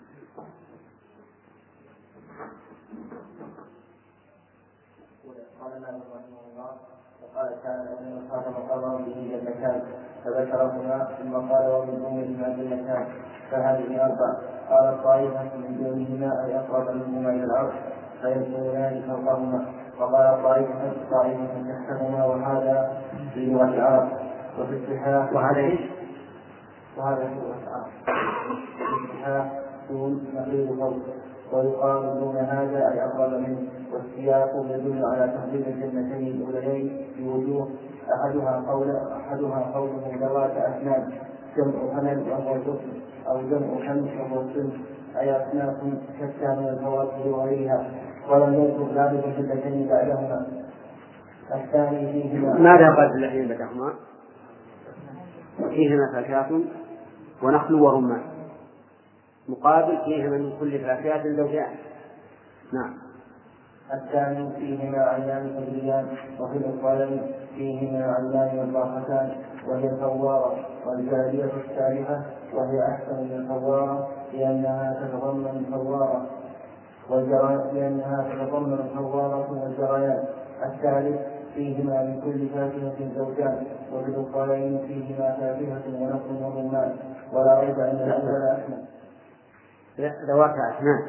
قال مالك رحمه الله وقال تعالى ان خاتم قضى به جنتان فذكرهما ثم قال ومن دونهما جنتان فهذه اربع. قال الطائفه من دونهما اي اقرب منهما الى العرش فيكونان فوقهما. وقال الطائفه طائفه تحتهما وهذا في لغه العرب وفي الصحاح وهذا ايش؟ وهذا في لغه العرب في الصحاح دون نقيض فوق ويقال دون هذا أي أقرب منه. والسياق يدل على تحديد الجنتين الأوليين بوجوه أحدها قول أحدها قوله ذوات أسنان جمع حمل وهو الرسل أو جمع حمل وهو السن أي أصناف شتى من الفواكه وغيرها ولم يذكر ذلك الجنتين بعدهما. الثاني فيهما ماذا قال الذين بعدهما؟ فيهما فاكهة ونخل ورمان مقابل فيهما من كل فاكهة زوجان. نعم. الثاني فيهما عينان تجريان وفي الأخرين فيهما عينان وضاحتان وهي الفوارة والجارية السالفة وهي أحسن من الفوارة لأنها تتضمن الفوارة والجريان لأنها تتضمن الفوارة والجريان. الثالث فيهما من كل فاكهة زوجان وفي الأخرين فيهما فاكهة ونخل ورمان ولا ريب أن الأول أحسن. ذوات أسنان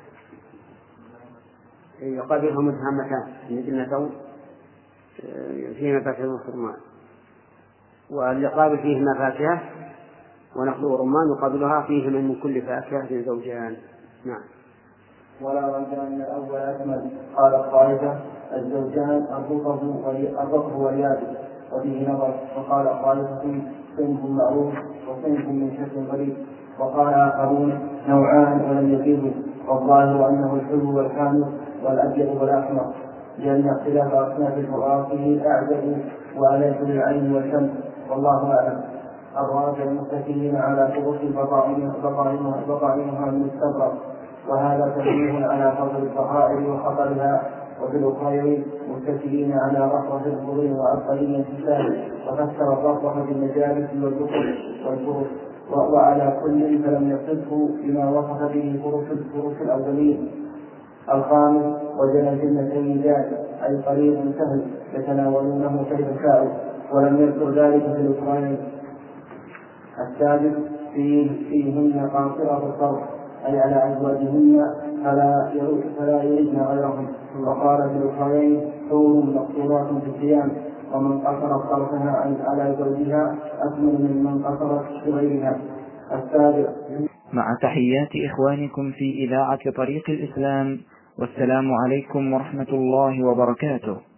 يقابلهم الهامتان من جنتين فيهما فاكهة ورمان واليقابل فيهما فاكهة ونخل ورمان يقابلها فيهما من كل فاكهة زوجان. نعم. ولا ريب أن الأول أكمل. قال الطائفة الزوجان الرطب واليابس وفيه نظر. وقال الطائفة صنف معروف وصنف من شكل غريب. وقال آخرون نوعان ولم يزيدوا والظاهر أنه الحلو والحامض والأبيض والأحمر لأن اختلاف أصناف الفواكه أعجب وأليس للعين والشمس والله أعلم. الرابع المتكئين على فرش بطائنها من السبرة وهذا تنبيه على فضل البقائر وخطرها. وفي الأخرين متكئين على رفرف الخضر وعبقري الحساب وفسر الرفرف بالمجالس والبخل والفرش وعلى كل فلم يصفه بما وصف به فرش الأولين. الخامس وجنى الجنتين ذات أي قريب سهل يتناولونه كيف شاءوا ولم يذكر ذلك في الأخرين. السادس فيه فيهن قاصرة الطرف أي على أزواجهن فلا فلا يردن غيرهم. وقال في الأخرين حور مقصورات في الثياب ومن قصرت طرفها على زوجها أكمل ممن قصرت بغيرها. السابع. مع تحيات إخوانكم في إذاعة طريق الإسلام والسلام عليكم ورحمة الله وبركاته.